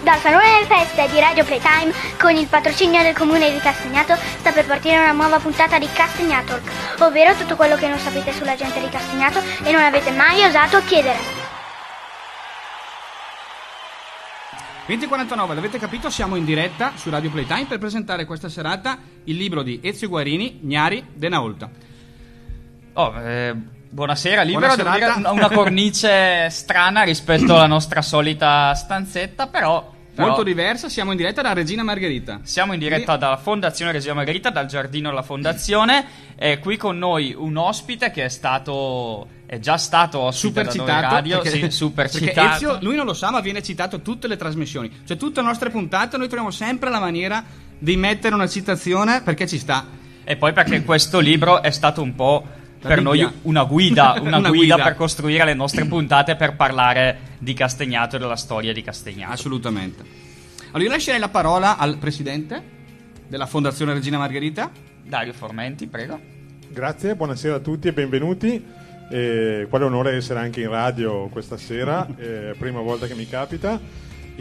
Dal Salone delle Feste di Radio Playtime, con il patrocinio del Comune di Castagnato, sta per partire una nuova puntata di Castagnatalk, ovvero tutto quello che non sapete sulla gente di Castagnato e non avete mai osato chiedere. 20:49, l'avete capito? Siamo in diretta su Radio Playtime per presentare questa serata il libro di Ezio Guarini, Gnari de Naolta. Buonasera, libero, devo dire, una cornice strana rispetto alla nostra solita stanzetta, però molto diversa. Siamo in diretta da Regina Margherita. Siamo in diretta dalla Fondazione Regina Margherita, dal giardino della Fondazione. È qui con noi un ospite che è già stato ospite super da noi radio, perché, super perché citato. Ezio, lui non lo sa, ma viene citato tutte le trasmissioni. Cioè tutte le nostre puntate noi troviamo sempre la maniera di mettere una citazione perché ci sta. E poi perché questo libro è stato un po' per noi una guida per costruire le nostre puntate, per parlare di Castagnato e della storia di Castagnato. Assolutamente. Allora io lascerei la parola al presidente della Fondazione Regina Margherita, Dario Formenti, prego. Grazie, buonasera a tutti e benvenuti. Quale onore essere anche in radio questa sera, prima volta che mi capita,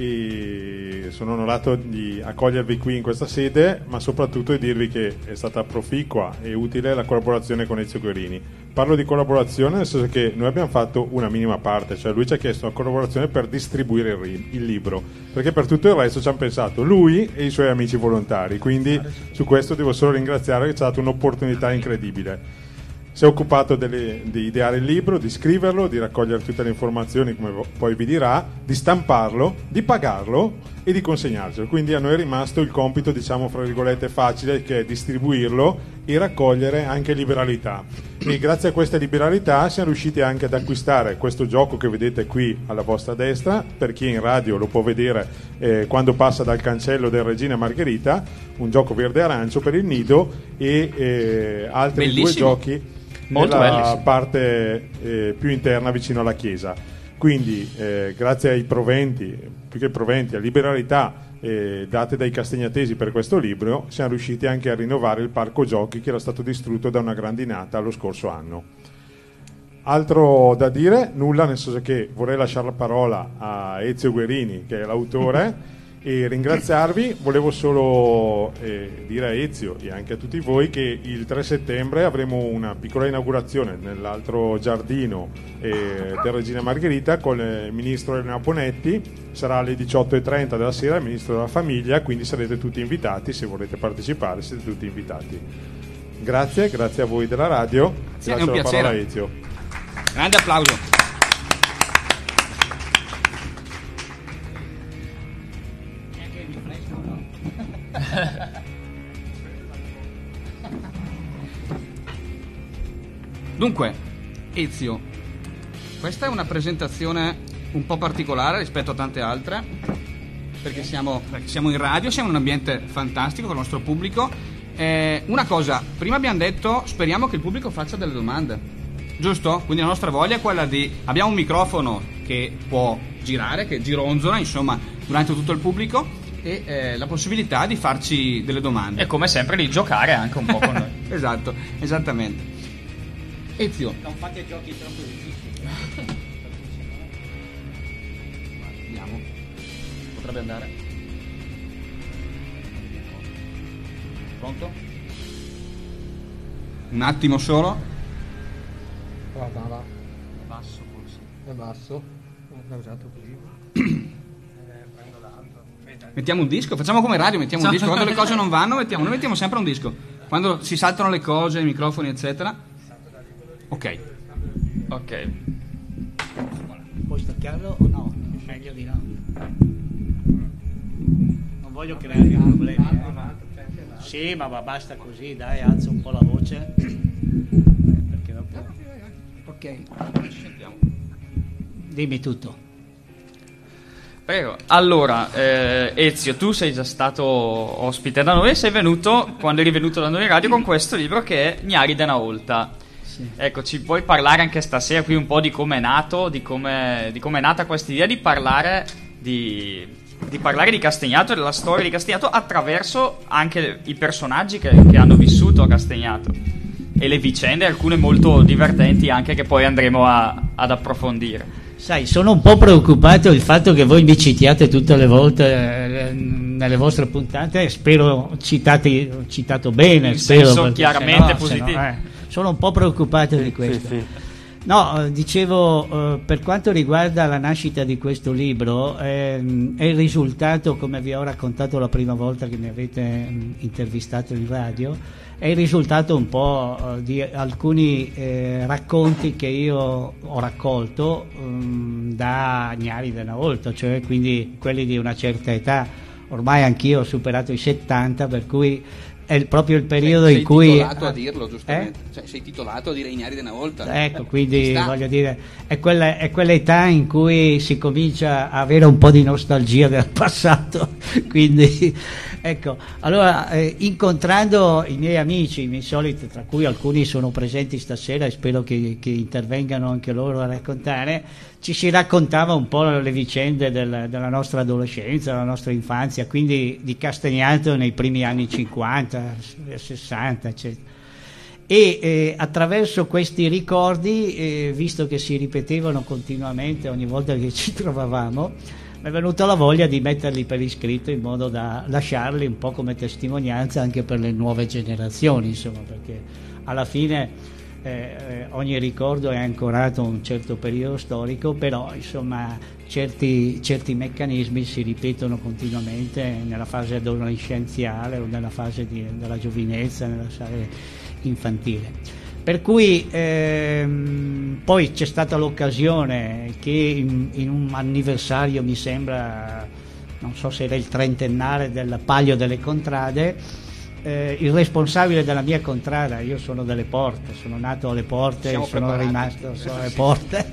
e sono onorato di accogliervi qui in questa sede, ma soprattutto di dirvi che è stata proficua e utile la collaborazione con Ezio Guarini. Parlo di collaborazione nel senso che noi abbiamo fatto una minima parte, cioè lui ci ha chiesto una collaborazione per distribuire il libro, perché per tutto il resto ci hanno pensato lui e i suoi amici volontari, quindi su questo devo solo ringraziare, che ci ha dato un'opportunità incredibile. Si è occupato di ideare il libro, di scriverlo, di raccogliere tutte le informazioni, come poi vi dirà, di stamparlo, di pagarlo e di consegnarcelo. Quindi a noi è rimasto il compito, diciamo, fra virgolette, facile, che è distribuirlo e raccogliere anche liberalità. E grazie a questa liberalità siamo riusciti anche ad acquistare questo gioco che vedete qui alla vostra destra. Per chi è in radio lo può vedere quando passa dal cancello del Regina Margherita, un gioco verde e arancio per il nido, e altri bellissimo. Due giochi nella parte più interna vicino alla chiesa. Quindi grazie ai proventi, più che proventi, a liberalità date dai castagnatesi per questo libro, siamo riusciti anche a rinnovare il parco giochi che era stato distrutto da una grandinata lo scorso anno. Altro da dire? Nulla, nel senso che vorrei lasciare la parola a Ezio Guarini, che è l'autore, e ringraziarvi. Volevo solo dire a Ezio e anche a tutti voi che il 3 settembre avremo una piccola inaugurazione nell'altro giardino del Regina Margherita con il ministro Elena Bonetti. Sarà alle 18:30 della sera, il ministro della famiglia, quindi sarete tutti invitati. Se volete partecipare siete tutti invitati. Grazie a voi della radio. Sì, lascio è un la piacere. parola a Ezio. Grande applauso. Dunque, Ezio, questa è una presentazione un po' particolare rispetto a tante altre, perché siamo in radio, siamo in un ambiente fantastico con il nostro pubblico. Una cosa, prima abbiamo detto, speriamo che il pubblico faccia delle domande, giusto? Quindi la nostra voglia è quella di... Abbiamo un microfono che può girare, che gironzola, insomma, durante tutto il pubblico, e la possibilità di farci delle domande. E come sempre di giocare anche un po' con noi. Esatto, esattamente. Ezio, non fate giochi troppo difficili. vediamo. Potrebbe andare. Pronto? Un attimo solo. Va. Basso forse. È basso. L'ho usato così. Prendo l'altro. Mettiamo un disco, facciamo come radio, mettiamo un disco. Quando le cose non vanno, noi mettiamo sempre un disco. Quando si saltano le cose, i microfoni, eccetera. Ok. Puoi staccarlo o no? Meglio di no. Non voglio creare problemi. Sì, ma basta così, dai, alza un po' la voce. Perché dopo... Ok. Dimmi tutto. Prego. Allora, Ezio, tu sei già stato ospite da noi e sei venuto, quando eri venuto da noi in radio, con questo libro che è Gnari de Naolta. Sì. Ecco, ci puoi parlare anche stasera qui un po' di come è nato, di come è nata questa idea di parlare di Castagnato e della storia di Castagnato attraverso anche i personaggi che hanno vissuto a Castagnato e le vicende, alcune molto divertenti anche, che poi andremo ad approfondire. Sai, sono un po' preoccupato del fatto che voi mi citiate tutte le volte nelle vostre puntate, spero citato bene, in spero, senso chiaramente positivo. Sono un po' preoccupato di questo. Sì. No, dicevo, per quanto riguarda la nascita di questo libro, è il risultato, come vi ho raccontato la prima volta che mi avete intervistato in radio, è il risultato un po' di alcuni racconti che io ho raccolto da Gnari Della Volta, cioè quindi quelli di una certa età. Ormai anch'io ho superato i 70, per cui è proprio il periodo in cui... Sei titolato a dirlo, giustamente. Cioè, sei titolato a dire Ignari Della Volta. Ecco, quindi voglio dire, è quell'età in cui si comincia a avere un po' di nostalgia del passato. Quindi, ecco, allora, incontrando i miei amici, i miei soliti, tra cui alcuni sono presenti stasera e spero che intervengano anche loro a raccontare, ci si raccontava un po' le vicende della nostra adolescenza, della nostra infanzia, quindi di Castagnato nei primi anni 50, 60, eccetera. E attraverso questi ricordi, visto che si ripetevano continuamente ogni volta che ci trovavamo, mi è venuta la voglia di metterli per iscritto in modo da lasciarli un po' come testimonianza anche per le nuove generazioni, insomma, perché alla fine ogni ricordo è ancorato a un certo periodo storico, però insomma certi meccanismi si ripetono continuamente nella fase adolescenziale o nella fase della giovinezza, nella fase infantile. Per cui poi c'è stata l'occasione che in un anniversario, mi sembra, non so se era il trentennale del Palio delle Contrade, il responsabile della mia contrada, io sono delle Porte, sono nato alle Porte, sono rimasto alle Porte,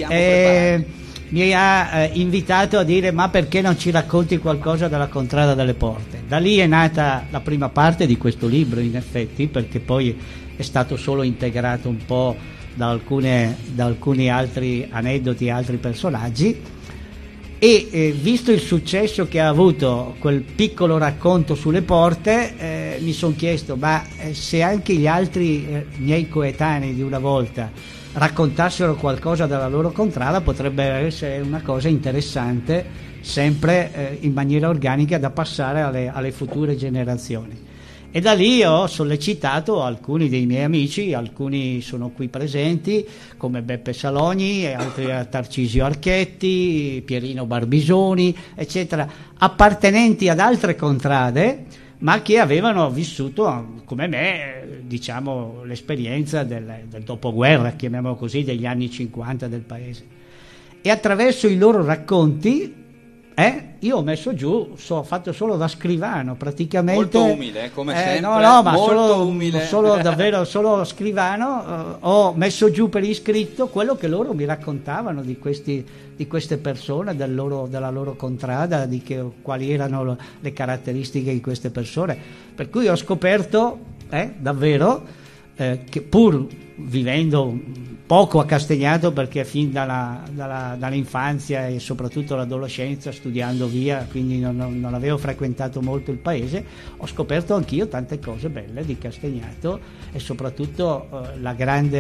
mi ha invitato a dire: ma perché non ci racconti qualcosa della contrada delle Porte? Da lì è nata la prima parte di questo libro, in effetti, perché poi è stato solo integrato un po' da alcuni altri aneddoti, altri personaggi. E visto il successo che ha avuto quel piccolo racconto sulle Porte, mi sono chiesto: ma se anche gli altri miei coetanei di una volta raccontassero qualcosa della loro contrada, potrebbe essere una cosa interessante, sempre in maniera organica, da passare alle future generazioni. E da lì ho sollecitato alcuni dei miei amici, alcuni sono qui presenti, come Beppe Salogni, e altri Tarcisio Archetti, Pierino Barbisoni, eccetera, appartenenti ad altre contrade, ma che avevano vissuto, come me, diciamo, l'esperienza del dopoguerra, chiamiamolo così, degli anni 50 del paese. E attraverso i loro racconti io ho messo giù, ho fatto solo da scrivano praticamente. Molto umile, come sempre. No, ma molto umile. Davvero solo scrivano. Ho messo giù per iscritto quello che loro mi raccontavano di queste persone, della loro contrada, quali erano le caratteristiche di queste persone. Per cui ho scoperto davvero che, pur vivendo poco a Castagnato, perché fin dall'infanzia e soprattutto l'adolescenza studiando via, quindi non avevo frequentato molto il paese, ho scoperto anch'io tante cose belle di Castagnato e soprattutto il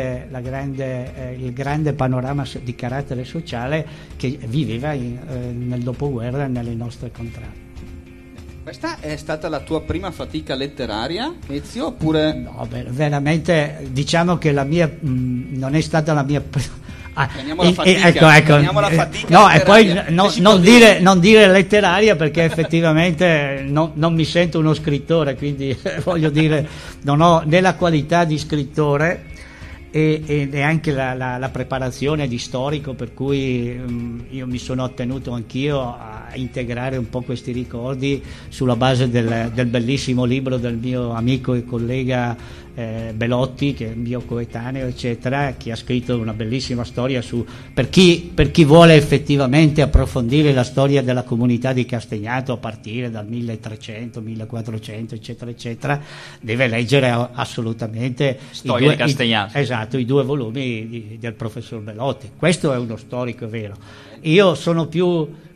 grande panorama di carattere sociale che viveva nel dopoguerra nelle nostre contrade. Questa è stata la tua prima fatica letteraria, Ezio, oppure... No, veramente, diciamo che la mia non è stata la mia... Chiamiamo la fatica, chiamiamo la fatica no, e poi non dire letteraria, perché effettivamente non mi sento uno scrittore, quindi voglio dire, non ho né la qualità di scrittore e neanche la preparazione di storico, per cui io mi sono attenuto anch'io a integrare un po' questi ricordi sulla base del bellissimo libro del mio amico e collega Belotti, che è un mio coetaneo, eccetera, che ha scritto una bellissima storia per chi vuole effettivamente approfondire la storia della comunità di Castagnato a partire dal 1300, 1400, eccetera, eccetera, deve leggere assolutamente Storia di Castagnato. Esatto, i 2 volumi del professor Belotti. Questo è uno storico vero. Io sono più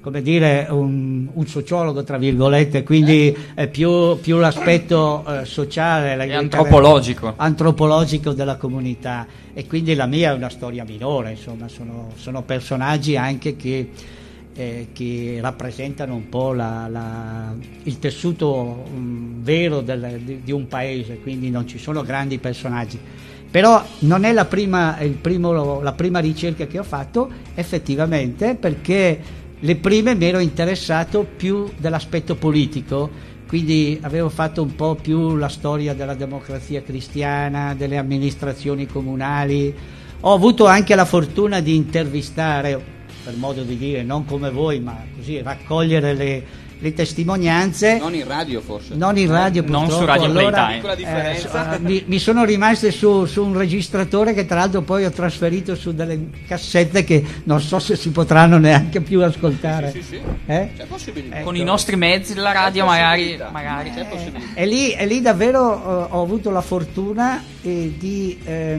come dire, un sociologo, tra virgolette, quindi è più l'aspetto sociale, e antropologico della comunità, e quindi la mia è una storia minore, insomma, sono personaggi anche che rappresentano un po' il tessuto vero di un paese, quindi non ci sono grandi personaggi. Però non è la prima ricerca che ho fatto, effettivamente, perché le prime mi ero interessato più dell'aspetto politico, quindi avevo fatto un po' più la storia della democrazia cristiana, delle amministrazioni comunali. Ho avuto anche la fortuna di intervistare, per modo di dire, non come voi, ma così raccogliere le testimonianze. Non in radio, forse? Non in radio, purtroppo. Non su Radio allora, Playtime. Differenza. Mi sono rimaste su un registratore che tra l'altro poi ho trasferito su delle cassette che non so se si potranno neanche più ascoltare. Sì. C'è possibilità. Ecco. Con i nostri mezzi della radio magari C'è possibilità. E lì davvero ho avuto la fortuna di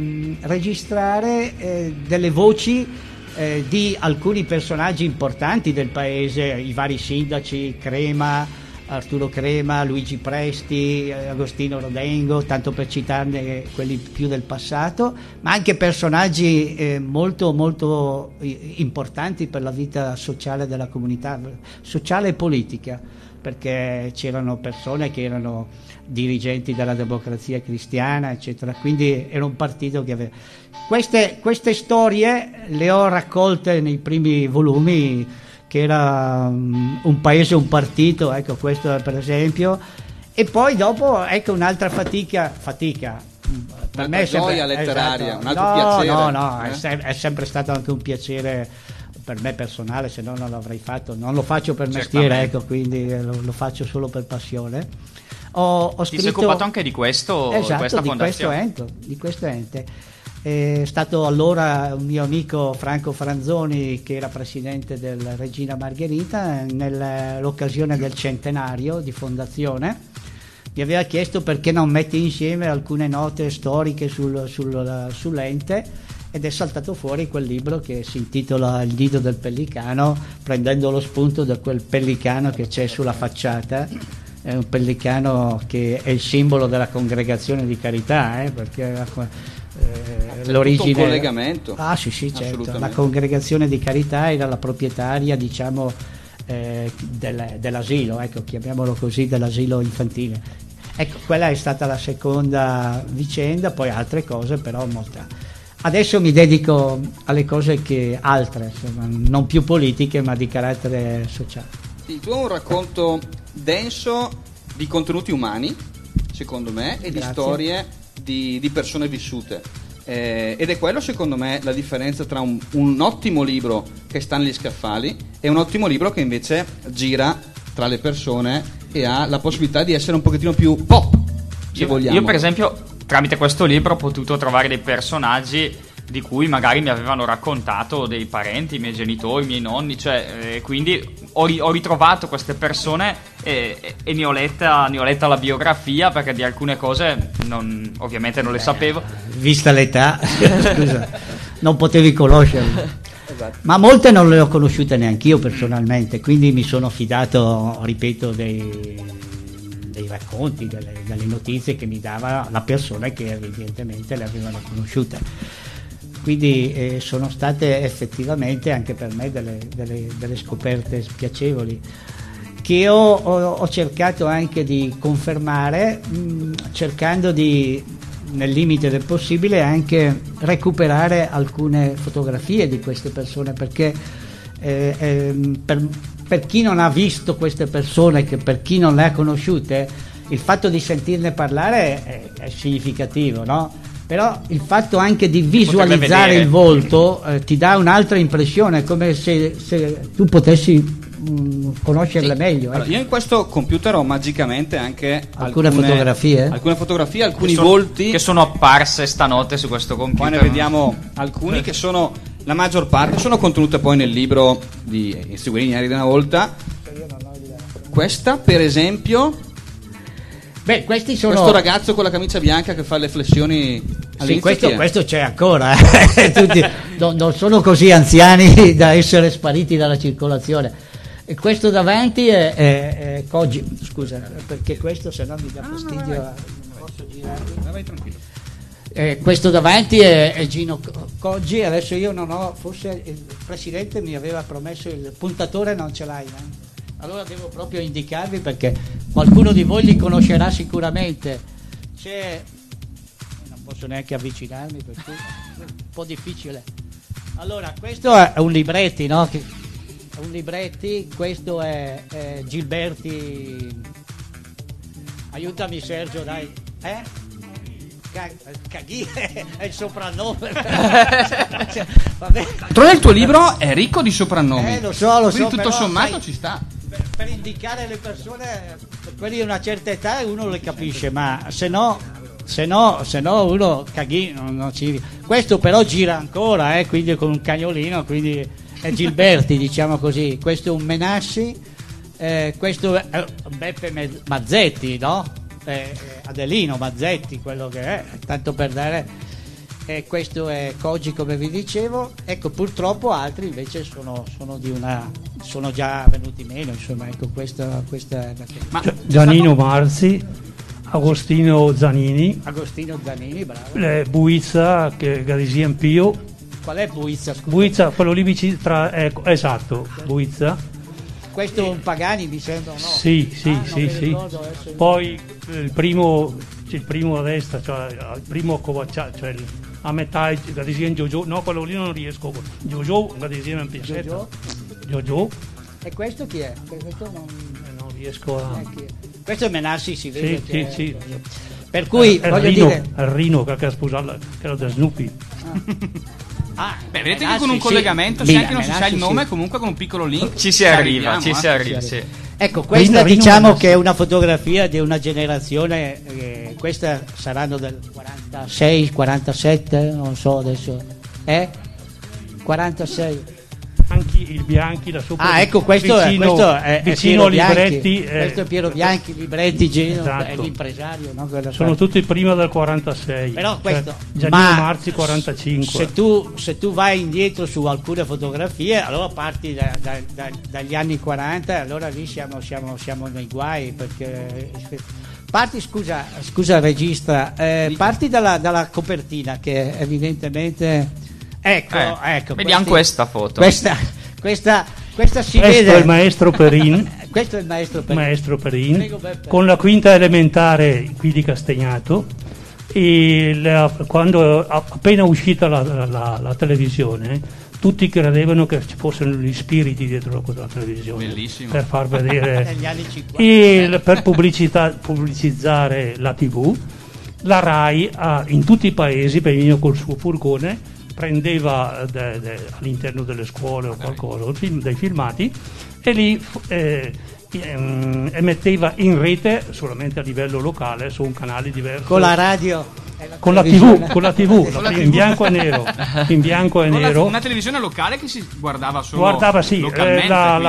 registrare delle voci di alcuni personaggi importanti del paese, i vari sindaci, Arturo Crema, Luigi Presti, Agostino Rodengo, tanto per citarne quelli più del passato, ma anche personaggi molto molto importanti per la vita sociale della comunità, sociale e politica, perché c'erano persone che erano dirigenti della democrazia cristiana, eccetera, quindi era un partito che aveva queste storie, le ho raccolte nei primi volumi, che era Un paese, un partito, ecco, questo per esempio. E poi dopo, ecco, un'altra fatica per me è gioia sempre, letteraria, esatto, un altro piacere. No, è sempre stato anche un piacere per me personale, se no non l'avrei fatto, non lo faccio per mestiere, ecco, quindi lo faccio solo per passione. Ho scritto, ti sei occupato anche di questo, esatto, questa fondazione? Di questo ente. È stato allora un mio amico Franco Franzoni, che era presidente del Regina Margherita, nell'occasione del centenario di fondazione, mi aveva chiesto perché non metti insieme alcune note storiche sull'ente, ed è saltato fuori quel libro che si intitola Il nido del pellicano, prendendo lo spunto da quel pellicano che c'è sulla facciata. È un pellicano che è il simbolo della congregazione di carità, perché l'origine, tutto un collegamento. Sì, certo. La congregazione di carità era la proprietaria, diciamo, dell'asilo, ecco, chiamiamolo così, dell'asilo infantile. Ecco, quella è stata la seconda vicenda, poi altre cose, però molta. Adesso mi dedico alle cose altre, insomma, non più politiche, ma di carattere sociale. Sì, tu hai un racconto denso di contenuti umani, secondo me, e di storie di persone vissute, ed è quello, secondo me, la differenza tra un ottimo libro che sta negli scaffali e un ottimo libro che invece gira tra le persone e ha la possibilità di essere un pochettino più pop, se vogliamo. Io per esempio, tramite questo libro ho potuto trovare dei personaggi di cui magari mi avevano raccontato dei parenti, i miei genitori, i miei nonni, cioè, quindi ho ritrovato queste persone e ne ho letta la biografia, perché di alcune cose ovviamente non le sapevo. Vista l'età, scusa, non potevi conoscerle. Esatto. Ma molte non le ho conosciute neanche io personalmente, quindi mi sono fidato, ripeto, dei racconti, delle notizie che mi dava la persona che evidentemente le avevano conosciute. Quindi sono state effettivamente anche per me delle scoperte spiacevoli, che ho cercato anche di confermare, cercando di, nel limite del possibile, anche recuperare alcune fotografie di queste persone, perché per chi non ha visto queste persone, che per chi non le ha conosciute, il fatto di sentirne parlare è significativo, no? Però il fatto anche di visualizzare il volto ti dà un'altra impressione, come se tu potessi conoscerle meglio. Allora, io in questo computer ho magicamente anche alcune fotografie, alcuni volti che sono apparse stanotte su questo computer. Qua ne vediamo alcuni che sono, la maggior parte sono contenute poi nel libro di Inseguire Ignari di una volta. Questa per esempio, questi sono... questo ragazzo con la camicia bianca che fa le flessioni all'inizio. Sì, questo c'è ancora. Tutti non sono così anziani da essere spariti dalla circolazione. E questo davanti è Coggi, scusa, perché questo se no mi dà fastidio. Non posso girarmi. Vai tranquillo. Questo davanti è Gino Coggi. Adesso io non ho, forse il presidente mi aveva promesso il puntatore, non ce l'hai, no? Allora devo proprio indicarvi perché qualcuno di voi li conoscerà sicuramente. Non posso neanche avvicinarmi perché è un po' difficile. Allora, questo è un libretti, no? Un libretti, questo è Gilberti. Aiutami Sergio, dai. Caghi è il soprannome. Vabbè. Tra il tuo libro è ricco di soprannomi. Lo so. Quindi tutto però, sommato sai, ci sta. Per indicare le persone, per quelli di una certa età uno le capisce, ma se no uno Caghi non ci. Questo però gira ancora, quindi con un cagnolino, quindi è Gilberti, diciamo così. Questo è un Menassi, questo è Beppe Mazzetti, no? Adelino Mazzetti, quello che è, tanto per dare. Questo è Coggi, come vi dicevo. Ecco, purtroppo altri invece sono già venuti meno, insomma, ecco, questa è la Giannino Marzi, Agostino Zanini, bravo. Buizza, Garisien Pio. Qual è Buizza? Scusa. Buizza, quello lì vicino esatto, Buizza. Questo è un Pagani, mi sembra, no? Sì. Ricordo, Poi il primo a destra, cioè il primo cioè a metà Garisien Giorgio, no, quello lì non riesco. Giorgio, Garisien Piazzetta. Giorgio. E questo chi è? Questo non riesco a. Questo è Menassi, si vede. Sì. Per cui voglio dire. Il Rino che ha sposato, che era da Snoopy. Vedete che con un collegamento, se anche non si sa il nome, comunque con un piccolo link ci si arriva, sì. Ecco, questa diciamo che è una fotografia di una generazione, questa saranno del 46, 47, non so adesso, 46. Il Bianchi da sopra. Ecco, questo è vicino Piero Libretti. Questo è Piero Bianchi, Libretti, Gino, esatto. è l'impresario, no? Sono tutti prima del 46. Però questo, Giannino Marzi 45. Se tu vai indietro su alcune fotografie, allora parti dagli anni 40, allora lì siamo nei guai, perché parti, scusa regista, parti dalla copertina, che evidentemente ecco, vediamo questa foto. Questa si vede. Questo è il maestro Perin. Questo è il maestro Perin. Prego, con la quinta elementare qui di Castagnato. E quando appena uscita la televisione, tutti credevano che ci fossero gli spiriti dietro la televisione. Bellissimo. Per far vedere negli anni 50. E per pubblicizzare la TV, la Rai in tutti i paesi veniva col suo furgone, prendeva all'interno delle scuole o qualcosa dei filmati e lì emetteva in rete solamente a livello locale su un canale diverso, con la radio, con la TV in bianco e nero, una televisione locale che si guardava solo localmente,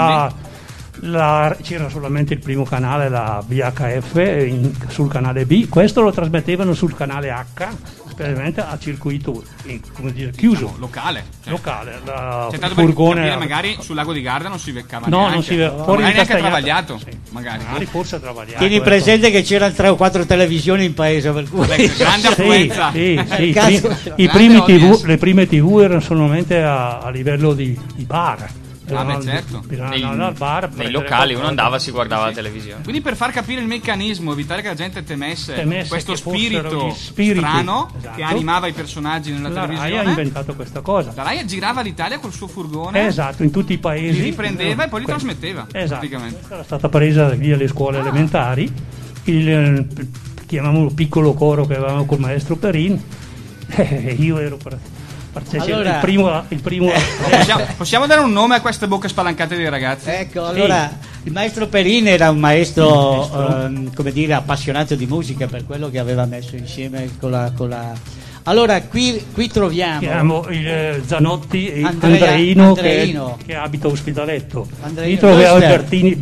c'era solamente il primo canale, la VHF, sul canale B. Questo lo trasmettevano sul canale H, praticamente a circuito chiuso, locale, il furgone per magari sul lago di Garda non si beccava non si fuori neanche travagliato, magari forse travagliato. Tieni presente che c'erano 3 o 4 televisioni in paese, per cui grande affluenza. Le prime TV erano solamente a livello di bar. Certo. Nei locali uno andava, si guardava la televisione. Quindi, per far capire il meccanismo, evitare che la gente temesse questo spirito spiriti, strano, esatto, che animava i personaggi nella televisione, Rai ha inventato questa cosa. La Rai girava l'Italia col suo furgone, esatto, in tutti i paesi, li riprendeva e poi li trasmetteva. Esatto. Questa era stata presa via le scuole elementari, chiamavamo piccolo coro che avevamo col maestro Perin, io ero allora, il primo possiamo dare un nome a queste bocche spalancate dei ragazzi? Ecco, allora il maestro Perin era un maestro come dire, appassionato di musica, per quello che aveva messo insieme con la allora qui troviamo il Zanotti e Andreino. Che abita a Ospedaletto. Lì troviamo Bertini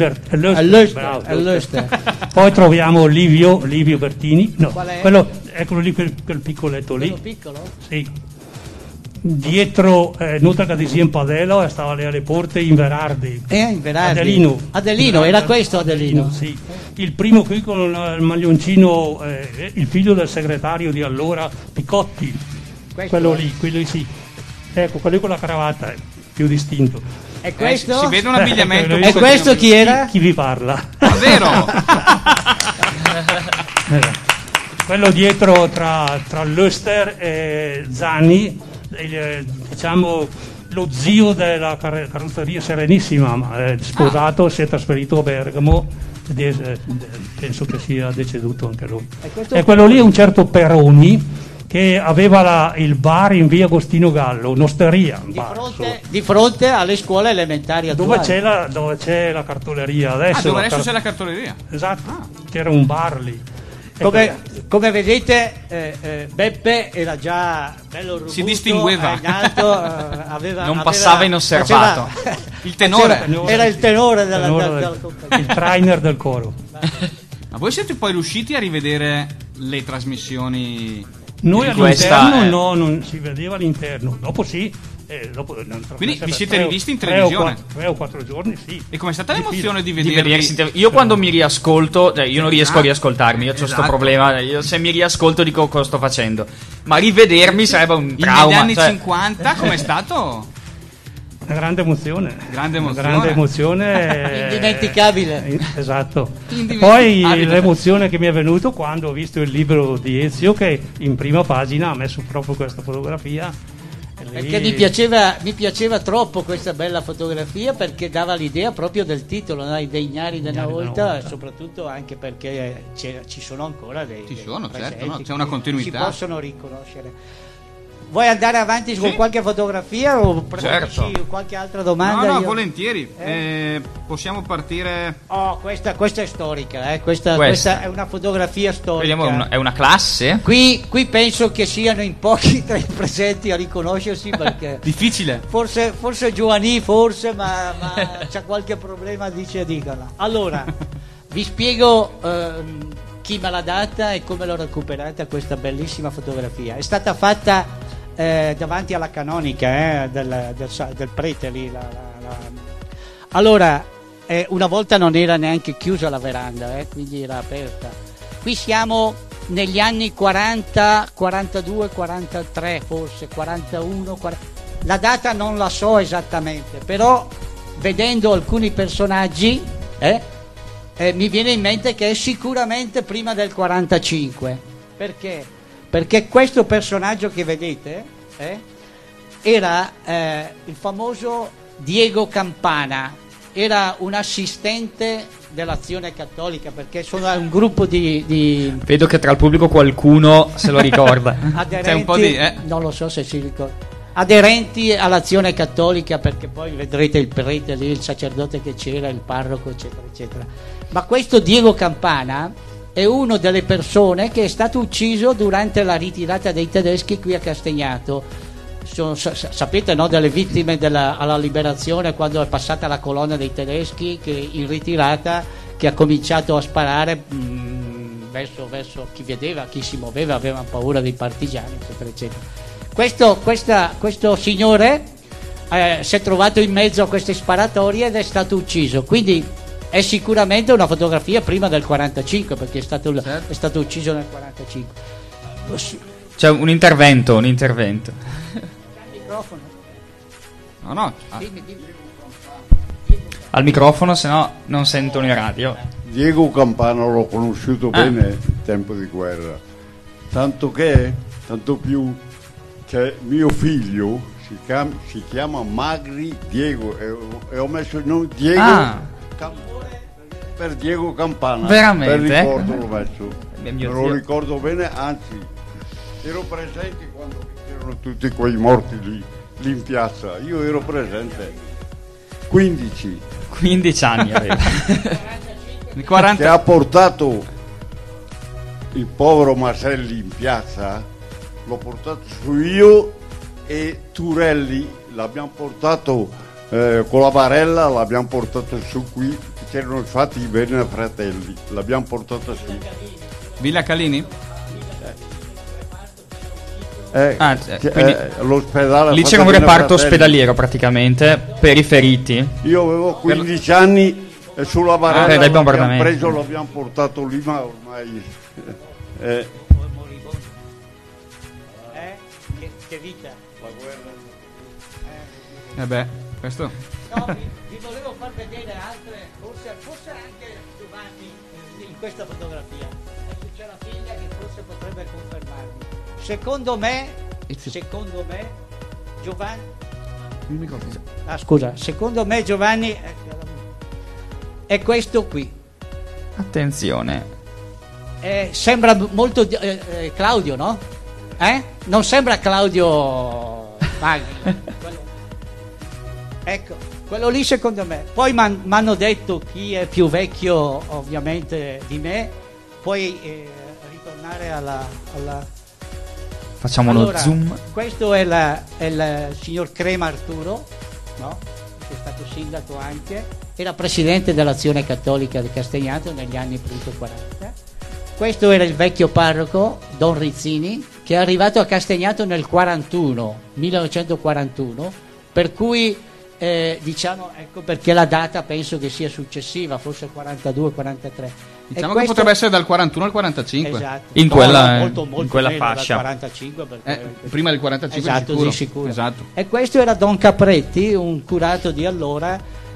poi troviamo Livio Bertini, no, quello, eccolo lì, quel piccoletto lì. Quello piccolo? Sì. dietro Nutra che di in Padella stava lì alle porte in Verardi. In Verardi. Adelino, era questo Adelino. Sì. Il primo qui con il maglioncino, il figlio del segretario di allora, Picotti. Quello lì sì. Ecco, quello con la cravatta, più distinto. E questo? Si vede un abbigliamento. E questo chi era? Chi vi parla? Davvero? Quello dietro tra Löster e Zanni, diciamo lo zio della carrozzeria Serenissima, sposato, si è trasferito a Bergamo, penso che sia deceduto anche lui. E quello lì è un certo Peroni, che aveva il bar in via Agostino Gallo, un'osteria. Di fronte alle scuole elementari attuali. Dove c'è la cartoleria adesso. Dove adesso c'è la cartoleria? Esatto, c'era un bar lì. Come vedete, Beppe era già bello robusto, si distingueva in alto, non passava inosservato. Il tenore. Era il tenore della compagnia. Il trainer del coro. Ma voi siete poi riusciti a rivedere le trasmissioni? Noi all'interno non si vedeva all'interno, dopo sì. Quindi vi siete rivisti in televisione? 3 o 4 giorni, sì. E com'è stata l'emozione di vedersi? Io quando mi riascolto, io non riesco a riascoltarmi, io ho questo problema, se mi riascolto dico cosa sto facendo, ma rivedermi sarebbe un trauma. Negli anni 50 com'è stato? Una grande emozione. Indimenticabile. Esatto. Poi l'emozione che mi è venuto quando ho visto il libro di Ezio, che in prima pagina ha messo proprio questa fotografia. Perché mi piaceva troppo questa bella fotografia, perché dava l'idea proprio del titolo, no? Dei Gnari della volta, soprattutto anche perché ci sono ancora dei certo, no? C'è una continuità, si possono riconoscere. Vuoi andare avanti con qualche fotografia o qualche altra domanda? No, volentieri. Possiamo partire. Questa è storica, questa è una fotografia storica. Vediamo, è una classe. Qui penso che siano in pochi tra i presenti a riconoscersi, perché difficile. Forse Giovanni, ma c'ha qualche problema, dicono. Allora, vi spiego chi me l'ha data e come l'ho recuperata questa bellissima fotografia. È stata fatta davanti alla canonica del prete lì. Allora, una volta non era neanche chiusa la veranda, quindi era aperta. Qui siamo negli anni 40, 42, 43, forse 41, 40. La data non la so esattamente, però vedendo alcuni personaggi mi viene in mente che è sicuramente prima del 45. Perché? Perché questo personaggio che vedete era il famoso Diego Campana, era un assistente dell'Azione Cattolica, perché sono un gruppo di vedo che tra il pubblico qualcuno se lo ricorda. Aderenti, c'è un po' di non lo so se si ricorda, aderenti all'Azione Cattolica, perché poi vedrete il prete lì, il sacerdote che c'era, il parroco, eccetera eccetera. Ma questo Diego Campana è una delle persone che è stato ucciso durante la ritirata dei tedeschi qui a Castagnato. Sapete, no, delle vittime alla liberazione, quando è passata la colonna dei tedeschi che in ritirata, che ha cominciato a sparare verso chi vedeva, chi si muoveva, avevano paura dei partigiani, eccetera eccetera. Questo signore si è trovato in mezzo a queste sparatorie ed è stato ucciso, quindi è sicuramente una fotografia prima del 45, perché è stato ucciso nel 45. C'è un intervento. Il microfono. No. Dimmi. Al microfono, se no non sentono in radio. Diego Campana l'ho conosciuto bene in tempo di guerra, tanto più che mio figlio si chiama Magri Diego e ho messo il nome Diego per Diego Campana. Veramente? Per ricordo l'ho messo. Me lo ricordo bene, anzi ero presente quando c'erano tutti quei morti lì in piazza. Io ero presente. 15 anni aveva. 40. Che ha portato il povero Marcelli in piazza, l'ho portato su io e Turelli, l'abbiamo portato con la barella, l'abbiamo portato su qui, c'erano infatti i bene fratelli, l'abbiamo portato su. Villa Calini? quindi l'ospedale. lì c'era un reparto ospedaliero praticamente per i feriti. Io avevo 15 anni e sulla barella dai l'abbiamo bombardamenti. preso, l'abbiamo portato lì, ma ormai Che vita. Beh, questo. No, vi volevo far vedere altre, forse anche Giovanni in questa fotografia. Ecco, c'è la figlia che forse potrebbe confermarmi. Secondo me, Giovanni. Scusa, secondo me Giovanni è questo qui. Attenzione. Sembra molto Claudio, no? Non sembra Claudio Magri. Ecco, quello lì secondo me. Poi m'hanno detto chi è più vecchio ovviamente di me. Puoi ritornare alla... Facciamo allora, lo zoom. Questo è il signor Crema Arturo, no? Che è stato sindaco anche. Era presidente dell'Azione Cattolica di Castagnato negli anni appunto 40. Questo era il vecchio parroco, Don Rizzini, che è arrivato a Castagnato nel 1941, per cui diciamo, ecco perché la data penso che sia successiva, forse 42-43. Diciamo che potrebbe essere dal 41 al 45. Esatto. In quella meno, fascia. dal 45 prima del 45 esatto, di sicuro. Esatto. E questo era Don Capretti, un curato di allora,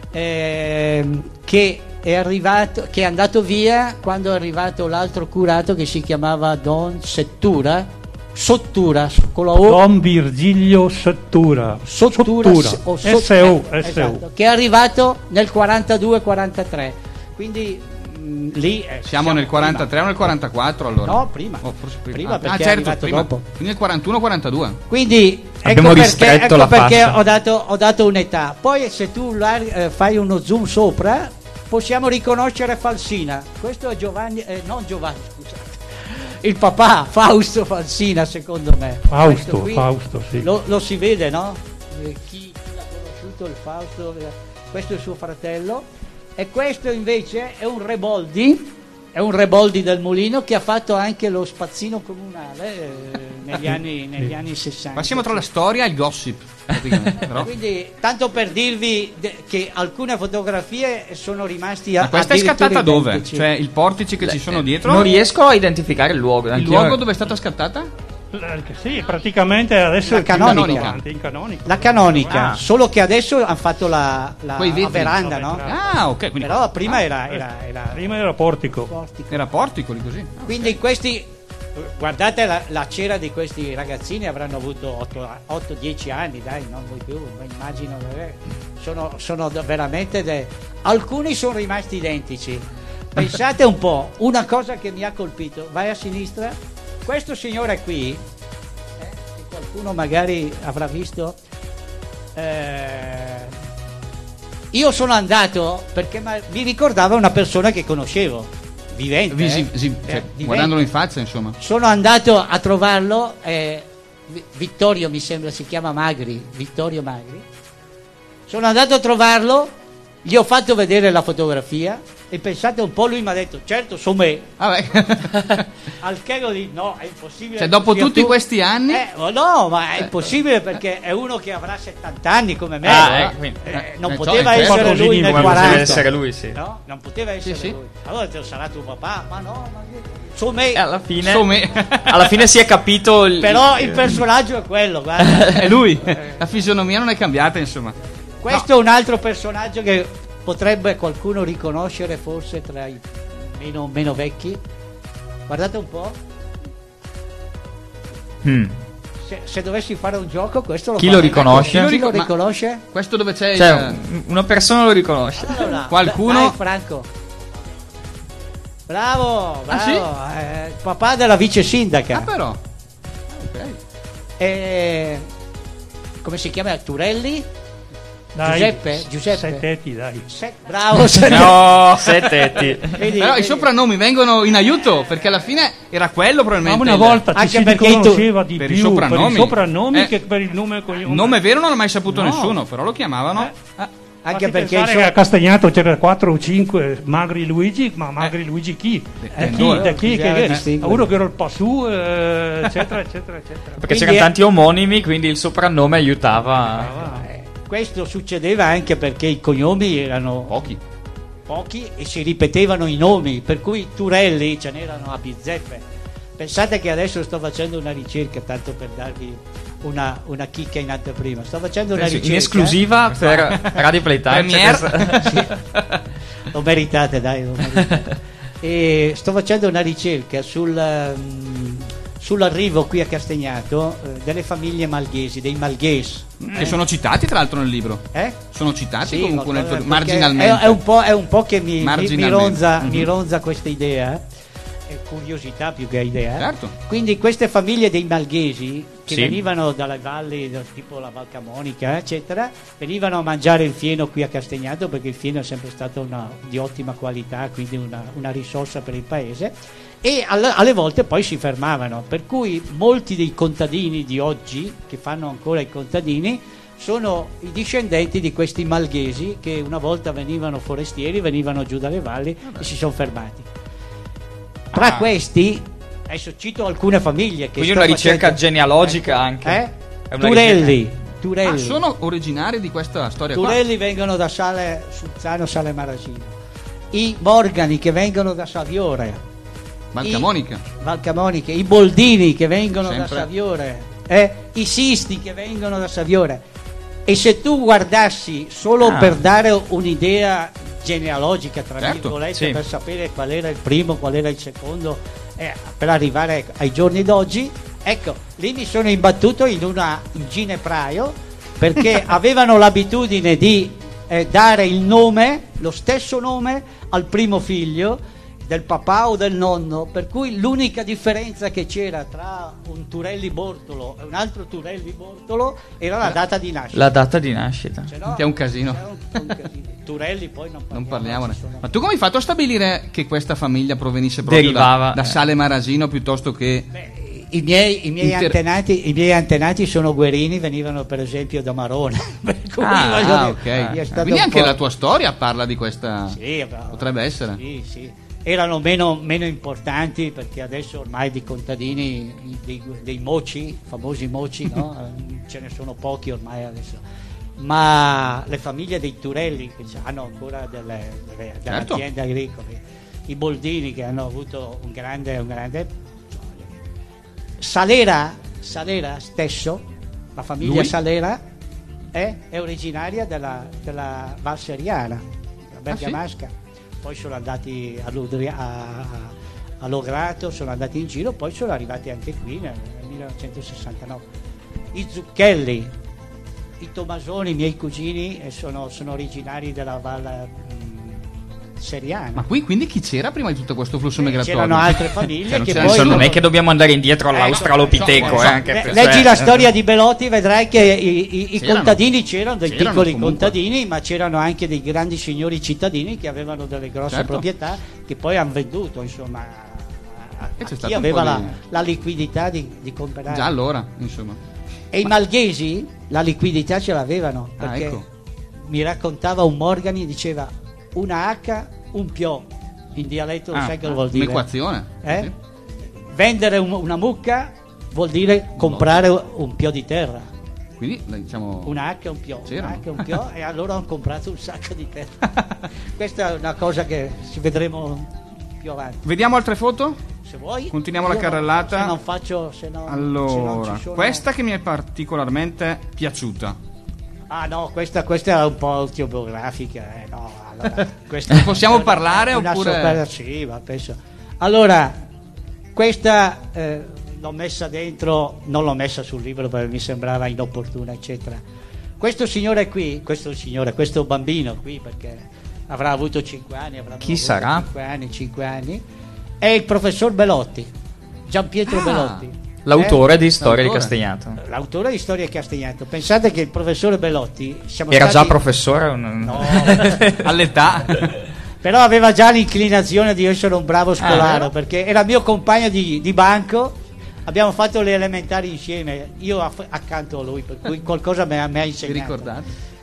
che è andato via quando è arrivato l'altro curato che si chiamava Don Sottura con la O. Don Virgilio Sottura. Sottura. S.O. Che è arrivato nel 42-43. Quindi lì siamo nel 43 o nel 44 allora? No, prima. Forse prima perché è certo, arrivato prima. dopo. Quindi nel 41-42. Quindi abbiamo ristretto la perché fascia. ho dato un'età. Poi se tu fai uno zoom sopra possiamo riconoscere Falsina. Questo è Giovanni, non Giovanni, scusate. Il papà Fausto Falsina, secondo me. Fausto, sì. Lo si vede, no? Chi l'ha conosciuto, il Fausto, questo è il suo fratello. E questo invece è un Reboldi del Mulino che ha fatto anche lo spazzino comunale negli anni 60. Passiamo tra la storia e il gossip. Però. Quindi, tanto per dirvi che alcune fotografie sono rimasti Ma questa è scattata dove? identici. Cioè il portici che ci sono dietro? Non riesco a identificare il luogo. Il luogo dove è stata scattata? Sì, praticamente adesso La canonica. in canonica. La canonica, solo che adesso hanno fatto la veranda, no? Ah, ok. Quindi, Però prima era Prima era portico. era portico lì così. Quindi questi, guardate la cera di questi ragazzini, avranno avuto 8-10 anni, dai, non di più, ma immagino. Sono veramente alcuni sono rimasti identici. Pensate un po', una cosa che mi ha colpito, vai a sinistra. Questo signore qui, che qualcuno magari avrà visto, io sono andato perché mi ricordava una persona che conoscevo, vivente. Vivente. Guardandolo in faccia, insomma. Sono andato a trovarlo, Vittorio mi sembra si chiama Vittorio Magri. Sono andato a trovarlo, gli ho fatto vedere la fotografia. E pensate un po', lui mi ha detto certo sono me. Al che io dico no, è impossibile. Cioè dopo tutti questi anni no, ma è impossibile perché è uno che avrà 70 anni come me, non poteva essere lui nel 40. Poteva essere lui, sì. No, non poteva essere Sì. lui. Allora sarà tuo papà, ma no, sono me. Alla fine si è capito Però il personaggio è quello, guarda. è lui. La fisionomia non è cambiata, insomma. Questo è un altro personaggio che potrebbe qualcuno riconoscere forse tra i meno vecchi. Guardate un po'. Se dovessi fare un gioco, questo lo Chi lo riconosce? Chi lo riconosce? Questo dove c'è una persona lo riconosce. Allora, Qualcuno? Dai, Franco. Bravo. Sì? Il papà della vice sindaca. Però. Ok. Come si chiama? Turelli? Dai, Giuseppe. Settetti, dai. Bravo. No, Settetti. Però i soprannomi vengono in aiuto perché alla fine era quello Ma probabilmente. una volta ci anche si perché riconosceva di per i più soprannomi. per i soprannomi che per il nome e cognome. Nome vero non l'ha mai saputo No. nessuno, però lo chiamavano. Anche Fatti perché pensare che a Castagnato c'era 4 o 5 magri Luigi, ma magri Luigi chi? Da chi? Uno che era il Passù, eccetera, eccetera, eccetera. Perché c'erano tanti omonimi, quindi il soprannome aiutava. Questo succedeva anche perché i cognomi erano pochi e si ripetevano i nomi, per cui Turelli ce n'erano a bizzeffe. Pensate che adesso sto facendo una ricerca, tanto per darvi una chicca in anteprima. Sto facendo una ricerca in esclusiva per Radio Playtime. Sì. Lo meritate, dai, lo meritate. E sto facendo una ricerca sull'arrivo qui a Castagnato delle famiglie malghesi, dei malghesi. Che sono citati tra l'altro nel libro. Sono citati comunque marginalmente. È un po' che mi ronza questa idea. È curiosità più che idea. Certo. Quindi queste famiglie dei malghesi che venivano dalle valli tipo la Val Camonica eccetera, venivano a mangiare il fieno qui a Castagnato, perché il fieno è sempre stato di ottima qualità, quindi una risorsa per il paese, e alle volte poi si fermavano, per cui molti dei contadini di oggi che fanno ancora i contadini sono i discendenti di questi malghesi che una volta venivano forestieri, venivano giù dalle valli e si sono fermati. Tra questi, adesso cito alcune famiglie che quindi una ricerca genealogica anche. Turelli. Sono originari di questa storia Turelli vengono da Sale Suzzano, Sale Marasino. I Morgani che vengono da Saviore. Val Camonica. I Boldini che vengono sempre da Saviore. I Sisti che vengono da Saviore. E se tu guardassi solo per dare un'idea genealogica tra virgolette, per sapere qual era il primo, qual era il secondo, per arrivare ai giorni d'oggi, ecco, lì mi sono imbattuto in ginepraio, perché avevano l'abitudine di dare il nome, lo stesso nome al primo figlio del papà o del nonno, per cui l'unica differenza che c'era tra un Turelli Bortolo e un altro Turelli Bortolo era la data di nascita. La data di nascita. Che è un casino. Turelli poi non parliamone. Ma tu come hai fatto a stabilire che questa famiglia provenisse proprio da Sale Marasino piuttosto che... I miei antenati sono guerini, venivano per esempio da Marone. Ok. Quindi anche la tua storia parla di questa... Sì, potrebbe essere. Sì. Erano meno importanti, perché adesso ormai di contadini, dei moci, famosi moci, no? Ce ne sono pochi ormai adesso. Ma le famiglie dei Turelli, che hanno ancora delle aziende agricole, i Boldini che hanno avuto un grande Salera stesso, la famiglia Salera è originaria della Val Seriana, la Bergamasca. Poi sono andati a Lograto, sono andati in giro, poi sono arrivati anche qui nel 1969. I Zucchelli, i Tomasoni, i miei cugini, sono originari della Val Seriana. Ma qui quindi chi c'era prima di tutto questo flusso migratorio? C'erano altre famiglie che poi non è che dobbiamo andare indietro all'Australopiteco. Leggi la storia di Belotti, vedrai che i contadini c'erano dei piccoli contadini, ma c'erano anche dei grandi signori cittadini che avevano delle grosse proprietà che poi hanno venduto, insomma, a chi aveva la liquidità di comprare. Già allora, insomma. E i malghesi la liquidità ce l'avevano, perché mi raccontava un Morgani, diceva una H, un Pio, in dialetto lo sai che vuol dire? Un'equazione. Sì. Vendere una mucca vuol dire comprare un Pio di terra. Quindi diciamo una H e un Pio, e allora hanno comprato un sacco di terra. Questa è una cosa che ci vedremo più avanti. Vediamo altre foto? Se vuoi. Continuiamo la carrellata. Se non faccio, allora, questa che mi è particolarmente piaciuta. Ah no, questa è un po' autobiografica, no, allora, ne possiamo parlare oppure? Sì, ma penso. Allora, questa l'ho messa dentro, non l'ho messa sul libro perché mi sembrava inopportuna, eccetera. Questo signore qui, questo bambino qui, perché avrà avuto 5 anni, chi sarà? 5 anni, è il professor Belotti, Gianpietro Belotti. L'autore di Storia di Castagnato. L'autore di Storia di Castagnato. Pensate che il professore Belotti era già professore? No, all'età. Però aveva già l'inclinazione di essere un bravo scolaro, perché era mio compagno di banco. Abbiamo fatto le elementari insieme, io accanto a lui, per cui qualcosa mi ha insegnato. Vi ricordate?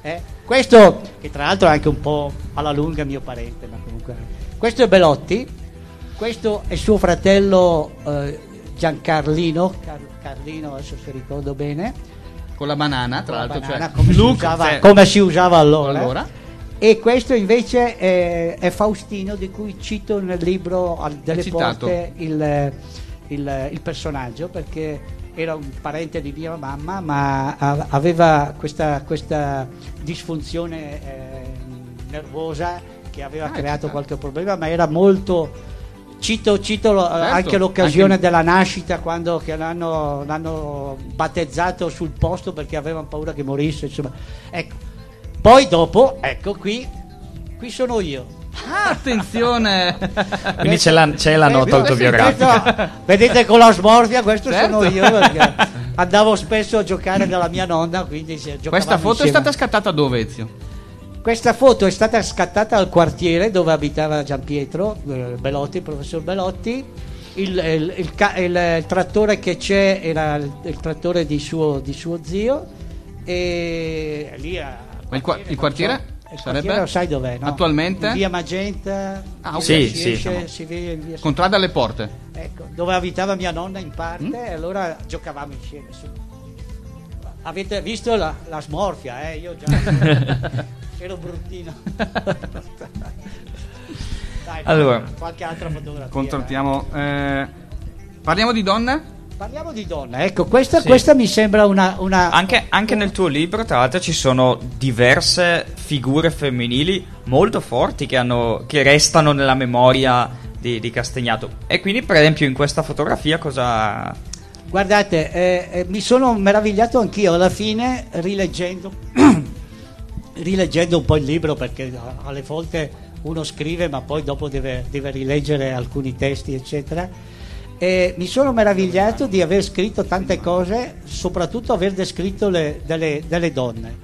Questo, che tra l'altro è anche un po' alla lunga mio parente, ma comunque. Questo è Belotti, questo è suo fratello Giancarlino, Carlino, adesso se ricordo bene. Con la banana, tra l'altro, Banana, cioè, come si usava allora. E questo invece è Faustino, di cui cito nel libro delle porte il personaggio, perché era un parente di mia mamma, ma aveva questa disfunzione nervosa che aveva creato qualche problema, ma era molto... Cito anche l'occasione della nascita, quando che l'hanno battezzato sul posto perché avevano paura che morisse, insomma. Ecco. Poi dopo, ecco qui sono io. Attenzione! Quindi c'è la nota autobiografica. Vedete con la smorfia, questo sono io, perché andavo spesso a giocare dalla mia nonna, quindi questa foto insieme. è stata scattata dove, Ezio? Questa foto è stata scattata al quartiere dove abitava Giampietro Belotti, il professor Belotti. Il trattore che c'è era il trattore di suo zio, e lì il quartiere? Sarebbe? Lo sai dov'è, no? Attualmente? In via Magenta. Sì. Contrada alle porte. Ecco, dove abitava mia nonna in parte, e allora giocavamo insieme. Avete visto la smorfia, io già ero bruttino. Dai, allora, qualche altra fotografia. Controlliamo. Parliamo di donne? Parliamo di donne, ecco, questa mi sembra una... Anche nel tuo libro, tra l'altro, ci sono diverse figure femminili molto forti che restano nella memoria di Castagnato. E quindi, per esempio, in questa fotografia cosa... Guardate, mi sono meravigliato anch'io alla fine, rileggendo un po' il libro, perché alle volte uno scrive ma poi dopo deve rileggere alcuni testi, eccetera. E mi sono meravigliato di aver scritto tante cose, soprattutto aver descritto delle donne.